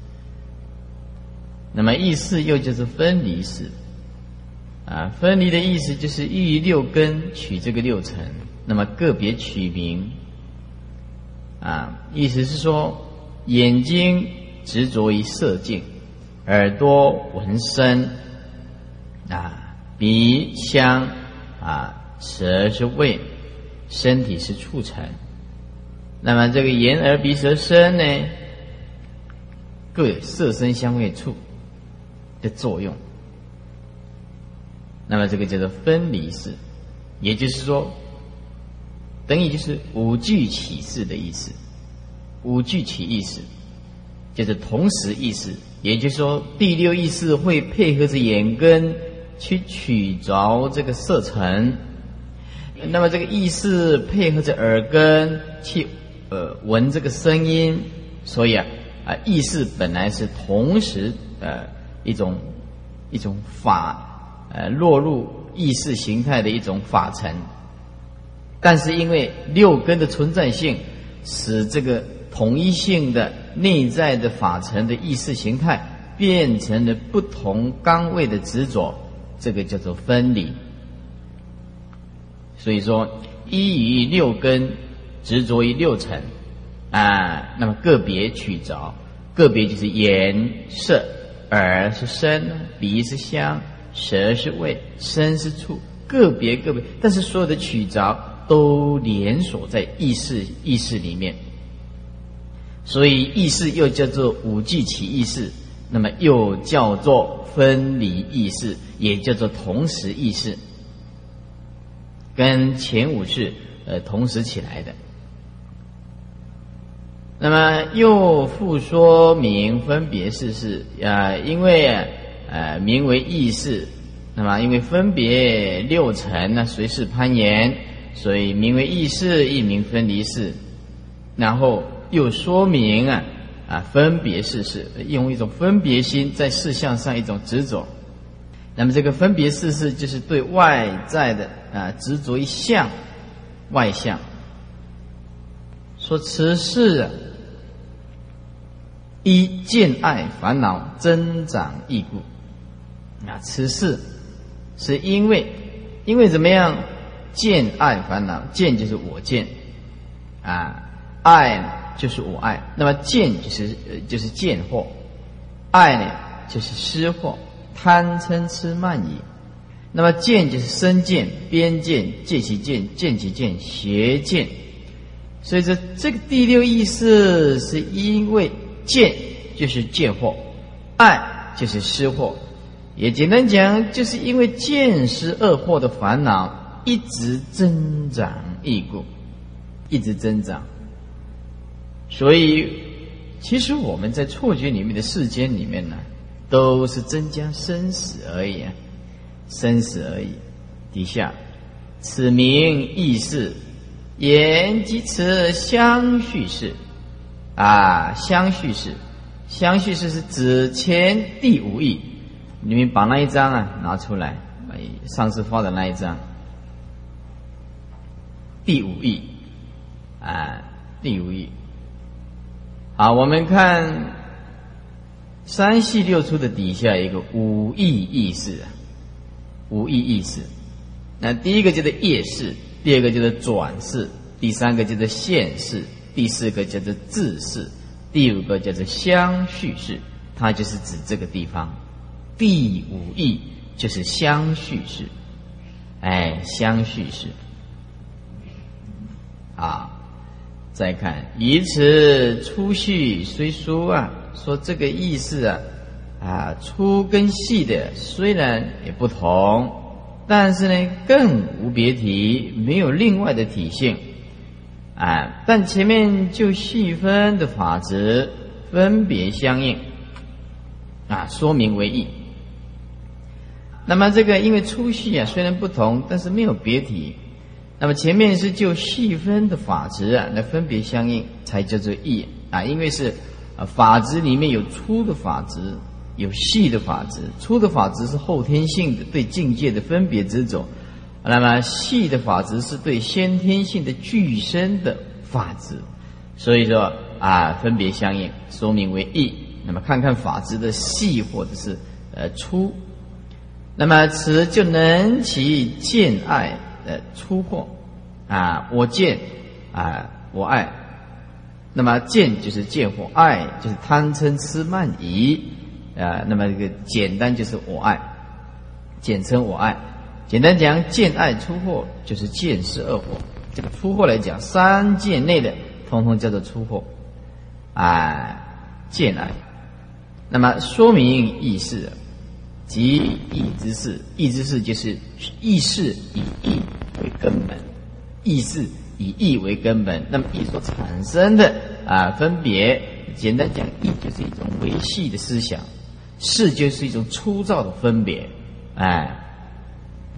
Speaker 3: 那么意识又就是分离识啊，分离的意思就是依六根取这个六尘，那么个别取名啊，意思是说，眼睛执着于色境，耳朵闻声啊，鼻香啊，舌是味，身体是触尘。那么这个眼耳鼻舌身呢，各有色声香味触的作用。那么这个叫做分离识，也就是说，等于就是五具起识的意思。五具起意识就是同时意识，也就是说第六意识会配合着眼根去取着这个色尘。那么这个意识配合着耳根去呃闻这个声音，所以啊啊意识本来是同时呃一种一种法呃落入意识形态的一种法尘，但是因为六根的存在性，使这个统一性的内在的法尘的意识形态变成了不同岗位的执着，这个叫做分离。所以说依于六根执着于六尘啊，那么个别取着，个别就是眼、色、耳是声，鼻是香，舌是味，身是触，个别个别，但是所有的取着都连锁在意识意识里面，所以意识又叫做五际起意识，那么又叫做分离意识，也叫做同时意识，跟前五是呃同时起来的。那么又复说明分别事是啊、呃，因为呃名为意识，那么因为分别六尘呢随事攀岩，所以名为意识，亦名分离事。然后又说明啊啊分别事是用一种分别心在事项上一种执着。那么这个分别事是就是对外在的啊执着一相外相，说此事啊依见爱烦恼增长异故。啊，此事是因为因为怎么样？见爱烦恼，见就是我见啊，爱就是我爱。那么见就是呃就是见惑，爱呢就是失惑，贪嗔痴慢疑。那么见就是身见、边见、见其见、见其见、邪见。所以这这个第六意识是因为见就是见惑，爱就是失惑，也简单讲，就是因为见失二惑的烦恼一直增长异故，一直增长。所以其实我们在错觉里面的世间里面呢，都是增加生死而已啊，生死而已。底下此名意识，言及此相续事啊，相续事，相续事是指前第五义。你们把那一张啊拿出来，上次发的那一张，第五义啊，第五义。好，我们看三系六出的底下一个五义意识啊，五义意识。那第一个叫做业识，第二个叫做转识，第三个叫做现识，第四个叫做自识，第五个叫做相续识，它就是指这个地方。第五义就是相续识，哎，相续识啊。再看以此粗细虽殊啊，说这个意思啊啊粗跟细的虽然也不同，但是呢更无别体，没有另外的体性啊。但前面就细分的法则分别相应啊，说明为义。那么这个因为粗细啊虽然不同，但是没有别体。那么前面是就细分的法则啊来分别相应，才叫做义啊。因为是啊法则里面有粗的法则，有细的法则。粗的法则是后天性的对境界的分别执着，那么细的法则是对先天性的具身的法则。所以说啊分别相应，说明为义。那么看看法则的细或者是呃粗，那么此就能其见爱的粗惑啊，我见啊，我爱。那么见就是见惑，爱就是贪嗔痴慢疑啊。那么这个简单就是我爱，简称我爱。简单讲，见爱粗惑就是见识二惑。这个粗惑来讲，三界内的通通叫做粗惑啊，见爱。那么说明意识，即意之事，意之事就是意识以意为根本，意识以意为根本。那么意所产生的啊分别，简单讲，意就是一种维系的思想，事就是一种粗糙的分别，哎，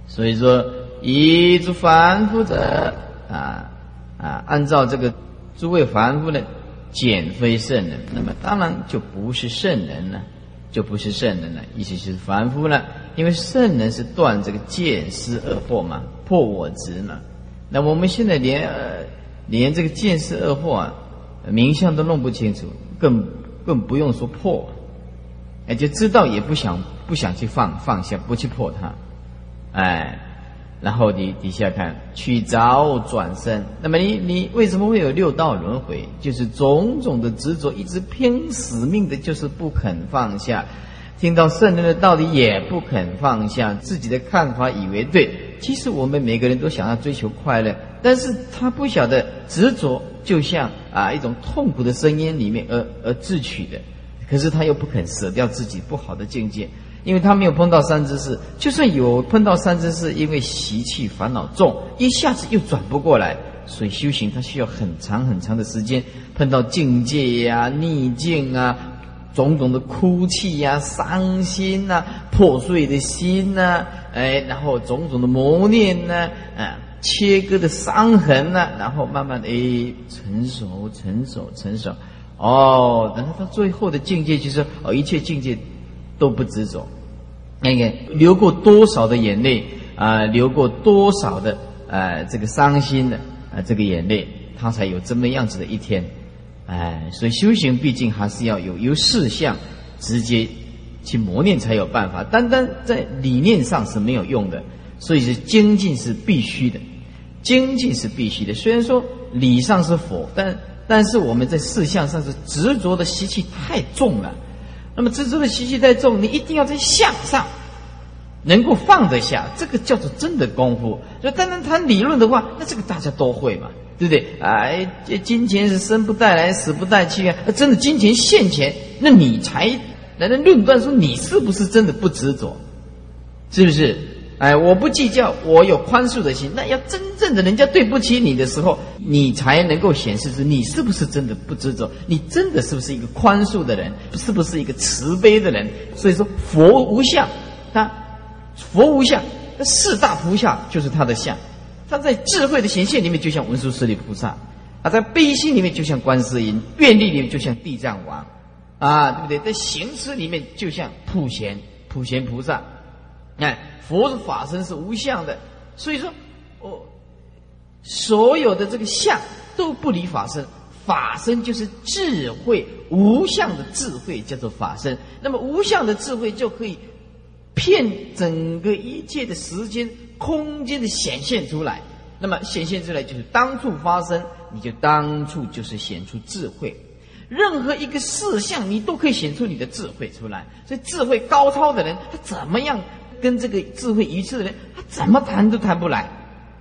Speaker 3: 所以说，以诸凡夫者啊啊，按照这个诸位凡夫呢，简非圣人，那么当然就不是圣人了，就不是圣人了。意思就是凡夫呢，因为圣人是断这个见思二惑嘛，破我执嘛。那我们现在连呃连这个见思二惑啊，名相都弄不清楚，更更不用说破，哎，就知道也不想不想去放放下，不去破它，哎。然后你底下看去着转生，那么你你为什么会有六道轮回？就是种种的执着，一直拼死命的，就是不肯放下。听到圣人的道理也不肯放下，自己的看法以为对。其实我们每个人都想要追求快乐，但是他不晓得执着就像啊一种痛苦的声音里面而而自取的，可是他又不肯舍掉自己不好的境界。因为他没有碰到三知识，就算有碰到三知识，因为习气烦恼重，一下子又转不过来，所以修行它需要很长很长的时间。碰到境界呀、啊、逆境啊，种种的哭泣呀、啊、伤心呐、啊、破碎的心呐、啊，哎，然后种种的磨练呐、啊，啊，切割的伤痕呐、啊，然后慢慢的哎成熟、成熟、成熟，哦，等到到最后的境界就是哦，一切境界都不执着。那个流过多少的眼泪啊、呃，流过多少的呃这个伤心的啊、呃、这个眼泪，他才有这么样子的一天。哎，所以修行毕竟还是要有由事相直接去磨练才有办法，单单在理念上是没有用的。所以是精进是必须的，精进是必须的。虽然说理上是佛，但但是我们在事相上是执着的习气太重了。那么执着的习气太重，你一定要在相上能够放得下，这个叫做真的功夫。所以单单谈理论的话，那这个大家都会嘛，对不对？哎，金钱是生不带来死不带去啊！真的金钱现钱，那你才来能论断说你是不是真的不执着，是不是？哎，我不计较，我有宽恕的心。那要真正的人家对不起你的时候，你才能够显示出你是不是真的不执着，你真的是不是一个宽恕的人，是不是一个慈悲的人。所以说佛无相，他佛无相，那四大菩萨就是他的相。他在智慧的显现里面就像文殊师利菩萨，啊，在悲心里面就像观世音，愿力里面就像地藏王，啊，对不对？在行持里面就像普贤普贤菩萨。哎，佛的法身是无相的，所以说，哦，所有的这个相都不离法身，法身就是智慧，无相的智慧叫做法身。那么无相的智慧就可以骗整个一切的时间、空间的显现出来。那么显现出来就是当处发生，你就当处就是显出智慧。任何一个事项，你都可以显出你的智慧出来。所以智慧高超的人，他怎么样？跟这个智慧愚痴的人，他怎么谈都谈不来。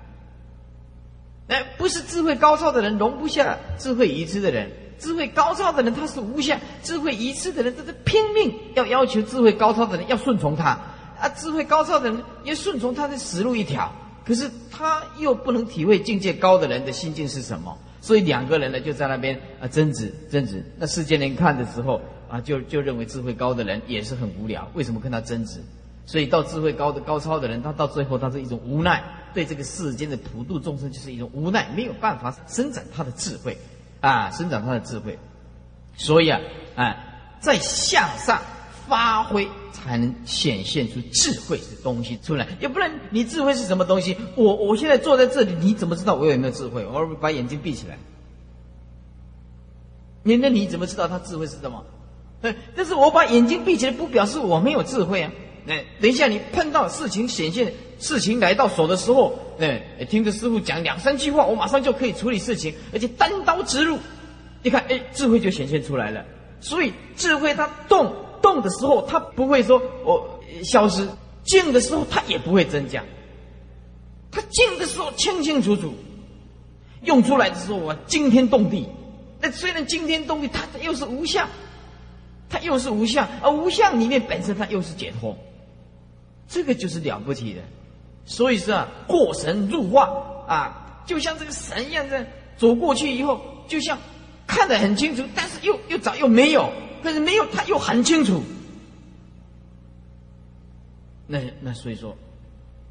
Speaker 3: 哎，不是智慧高超的人容不下智慧愚痴的人，智慧高超的人他是无相，智慧愚痴的人他是拼命要要求智慧高超的人要顺从他啊，智慧高超的人也顺从他的死路一条，可是他又不能体会境界高的人的心境是什么，所以两个人呢就在那边啊争执争执。那世间人看的时候啊，就就认为智慧高的人也是很无聊，为什么跟他争执？所以到智慧高的高超的人，他到最后他是一种无奈，对这个世间的普度众生就是一种无奈，没有办法伸展他的智慧啊，伸展他的智慧。所以啊，啊，在向上发挥才能显现出智慧的东西出来，要不然你智慧是什么东西？我我现在坐在这里，你怎么知道我有没有智慧？我把眼睛闭起来，你那你怎么知道他智慧是什么？但是我把眼睛闭起来，不表示我没有智慧啊。哎，等一下，你碰到事情显现，事情来到手的时候，哎，听着师父讲两三句话，我马上就可以处理事情，而且单刀直入。你看，哎，智慧就显现出来了。所以智慧它动动的时候，它不会说我、哦、消失；静的时候，它也不会增加。它静的时候清清楚楚，用出来的时候我惊天动地。那虽然惊天动地，它又是无相，它又是无相，而无相里面本身它又是解脱。这个就是了不起的，所以是啊，过神入化啊，就像这个神一样的走过去以后，就像看得很清楚，但是又又找又没有，可是没有他又很清楚。那那所以说，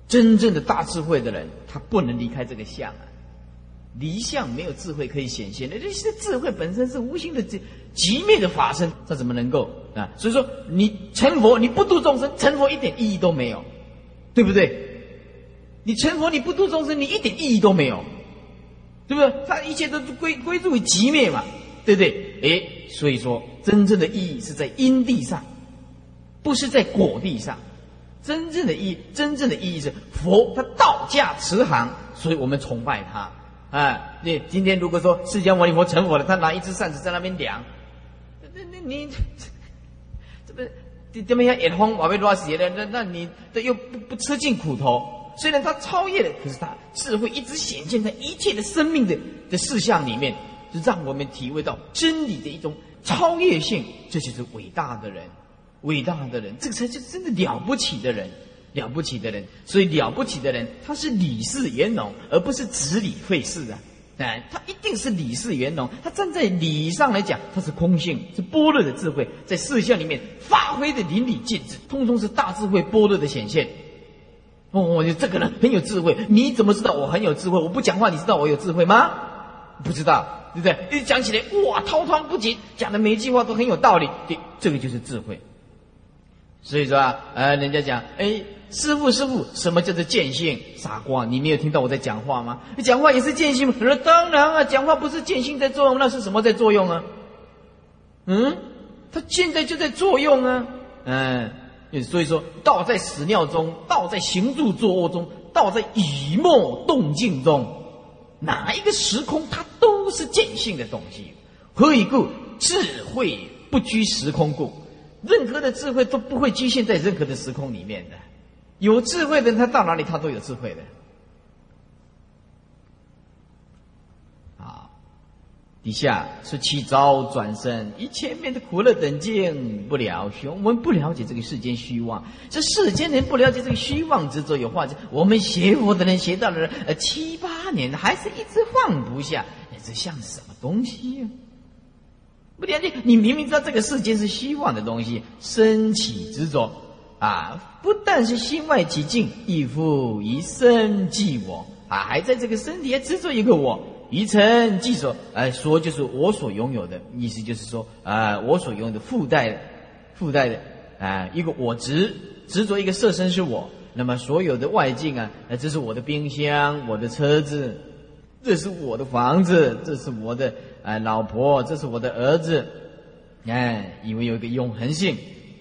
Speaker 2: 真正的大智慧的人，他不能离开这个相啊。离相没有智慧可以显现的，这些智慧本身是无形的极灭的法身，他怎么能够啊？所以说，你成佛你不度众生，成佛一点意义都没有，对不对？你成佛你不度众生，你一点意义都没有，对不对？他一切都归归诸于极灭嘛，对不对？诶，所以说，真正的意义是在因地上，不是在果地上。真正的意义，真正的意义是佛他道驾慈航，所以我们崇拜他。啊，你今天如果说释迦牟尼佛成佛了，他拿一只扇子在那边量，那那你这不这么样眼风我被抓死了，那那你这又不不吃尽苦头。虽然他超越了，可是他智慧一直显现在一切的生命的的事项里面，就让我们体会到真理的一种超越性。这就是伟大的人，伟大的人，这个才是真的了不起的人。了不起的人，所以了不起的人，他是理事圆融，而不是执理废事啊！哎，他一定是理事圆融，他站在理上来讲，他是空性，是般若的智慧，在事项里面发挥的淋漓尽致，通通是大智慧般若的显现。哦，我觉得这个人很有智慧，你怎么知道我很有智慧？我不讲话，你知道我有智慧吗？不知道，对不对？一讲起来，哇，滔滔不绝，讲的每一句话都很有道理，对，这个就是智慧。所以说啊，呃，人家讲，哎。师父，师父，什么叫做见性？傻瓜，你没有听到我在讲话吗？你讲话也是见性吗？我说当然啊，讲话不是见性在作用，那是什么在作用啊？嗯，他现在就在作用啊。嗯，所以说，道在屎尿中，道在行住坐卧中，道在以沫动静中，哪一个时空它都是见性的东西。何以故？智慧不拘时空故，任何的智慧都不会局限在任何的时空里面的。有智慧的人，他到哪里他都有智慧的。好，底下是七招转生，以前面的苦乐等境不了虚，我们不了解这个世间虚妄，这世间人不了解这个虚妄执着有化，我们学佛的人学到了呃七八年还是一直放不下，这像什么东西呀、啊？不了解，你明明知道这个世间是虚妄的东西，升起执着。啊，不但是心外起境，亦复以身记我啊，还在这个身体还执着一个我，以身记所，哎，说就是我所拥有的，意思就是说啊，我所拥有的附带的附带的啊一个我执执着一个色身是我，那么所有的外境啊，这是我的冰箱，我的车子，这是我的房子，这是我的啊老婆，这是我的儿子，哎，以为有一个永恒性。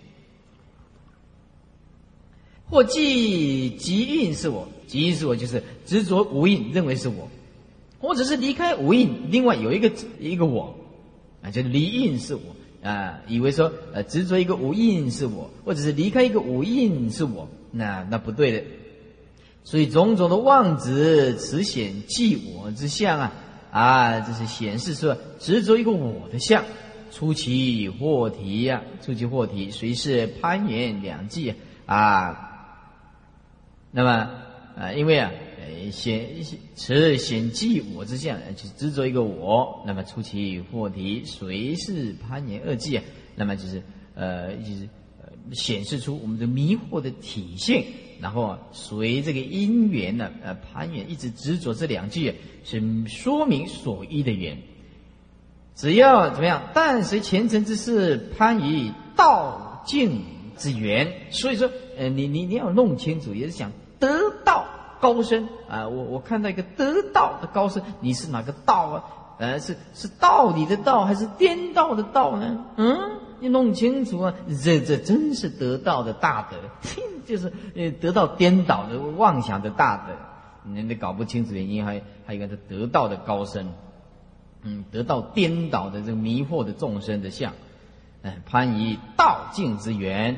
Speaker 2: 或即即印是我，即印是我就是执着无印，认为是我，或者是离开无印，另外有一个一个我啊，就是离印是我啊，以为说呃执着一个无印是我，或者是离开一个无印是我，那那不对的。所以种种的妄执此显即我之相啊啊，这是显示说执着一个我的相，出其惑题呀、啊，出其惑题，随是攀缘两际啊。那么啊，因为啊，显此显即我之相，就是执着一个我，那么出其惑题，随是攀缘二际啊，那么就是呃，就是呃，显示出我们的迷惑的体性，然后啊，随这个因缘呢，呃，攀缘一直执着这两句，是说明所依的缘。只要怎么样，但随前尘之事，攀于道境之缘。所以说，呃，你你你要弄清楚，也是想得道高深啊！我我看到一个得道的高深，你是哪个道啊？呃，是是道理的道，还是颠倒的道呢？嗯，你弄清楚啊！这这真是得道的大德，就是呃得到颠倒的妄想的大德。你搞不清楚原因，还还有一个得道的高深，嗯，得到颠倒的这个迷惑的众生的相，嗯，攀于道境之缘。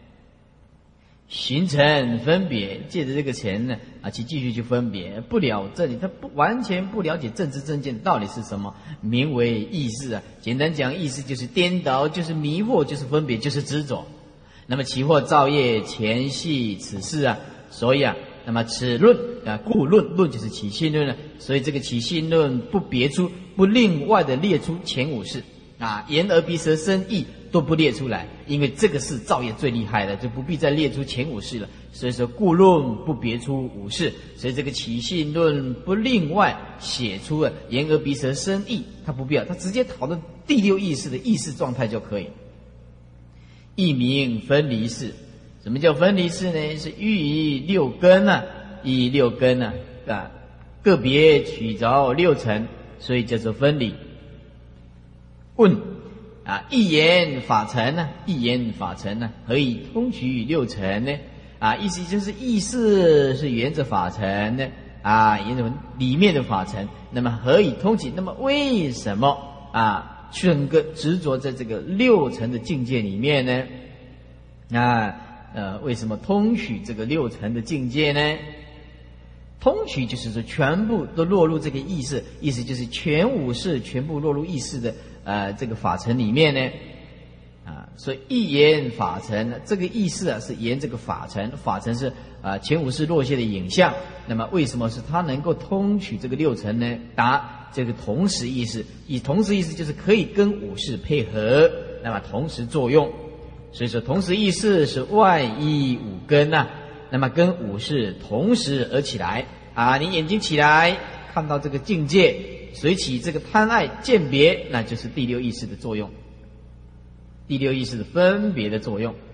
Speaker 2: 形成分别，借着这个钱呢啊，去继续去分别，不了这里，他不完全不了解正知正见到底是什么，名为意识啊。简单讲，意识就是颠倒，就是迷惑，就是分别，就是执着。那么其惑造业前系此事啊，所以啊，那么此论啊，故论论就是起信论了。所以这个起信论不别出，不另外的列出前五事啊，眼耳鼻舌身意都不列出来，因为这个是造业最厉害的，就不必再列出前五识了。所以说故论不别出五识，所以这个起信论不另外写出了言而鼻舌身意，它不必要，它直接讨论第六意识的意识状态就可以。一名分离识，什么叫分离识呢？是寓以六根啊，以六根啊啊个别取着六尘，所以叫做分离。问啊，一言法尘呢？一言法尘呢？何以通取六尘呢？啊，意思就是意识是沿着法尘的啊，沿着里面的法尘。那么何以通取？那么为什么啊，整个执着在这个六尘的境界里面呢？啊，呃，为什么通取这个六尘的境界呢？通取就是说全部都落入这个意识，意思就是全五识全部落入意识的呃这个法尘里面呢。啊，所以一言法尘，这个意识啊是沿这个法尘，法尘是啊前五识落谢的影像。那么为什么是它能够通取这个六尘呢？答：这个同时意识，以同时意识就是可以跟五识配合，那么同时作用。所以说同时意识是外依五根呐、啊，那么跟五识同时而起来啊。你眼睛起来看到这个境界，随起这个贪爱鉴别，那就是第六意识的作用。第六意识的分别的作用。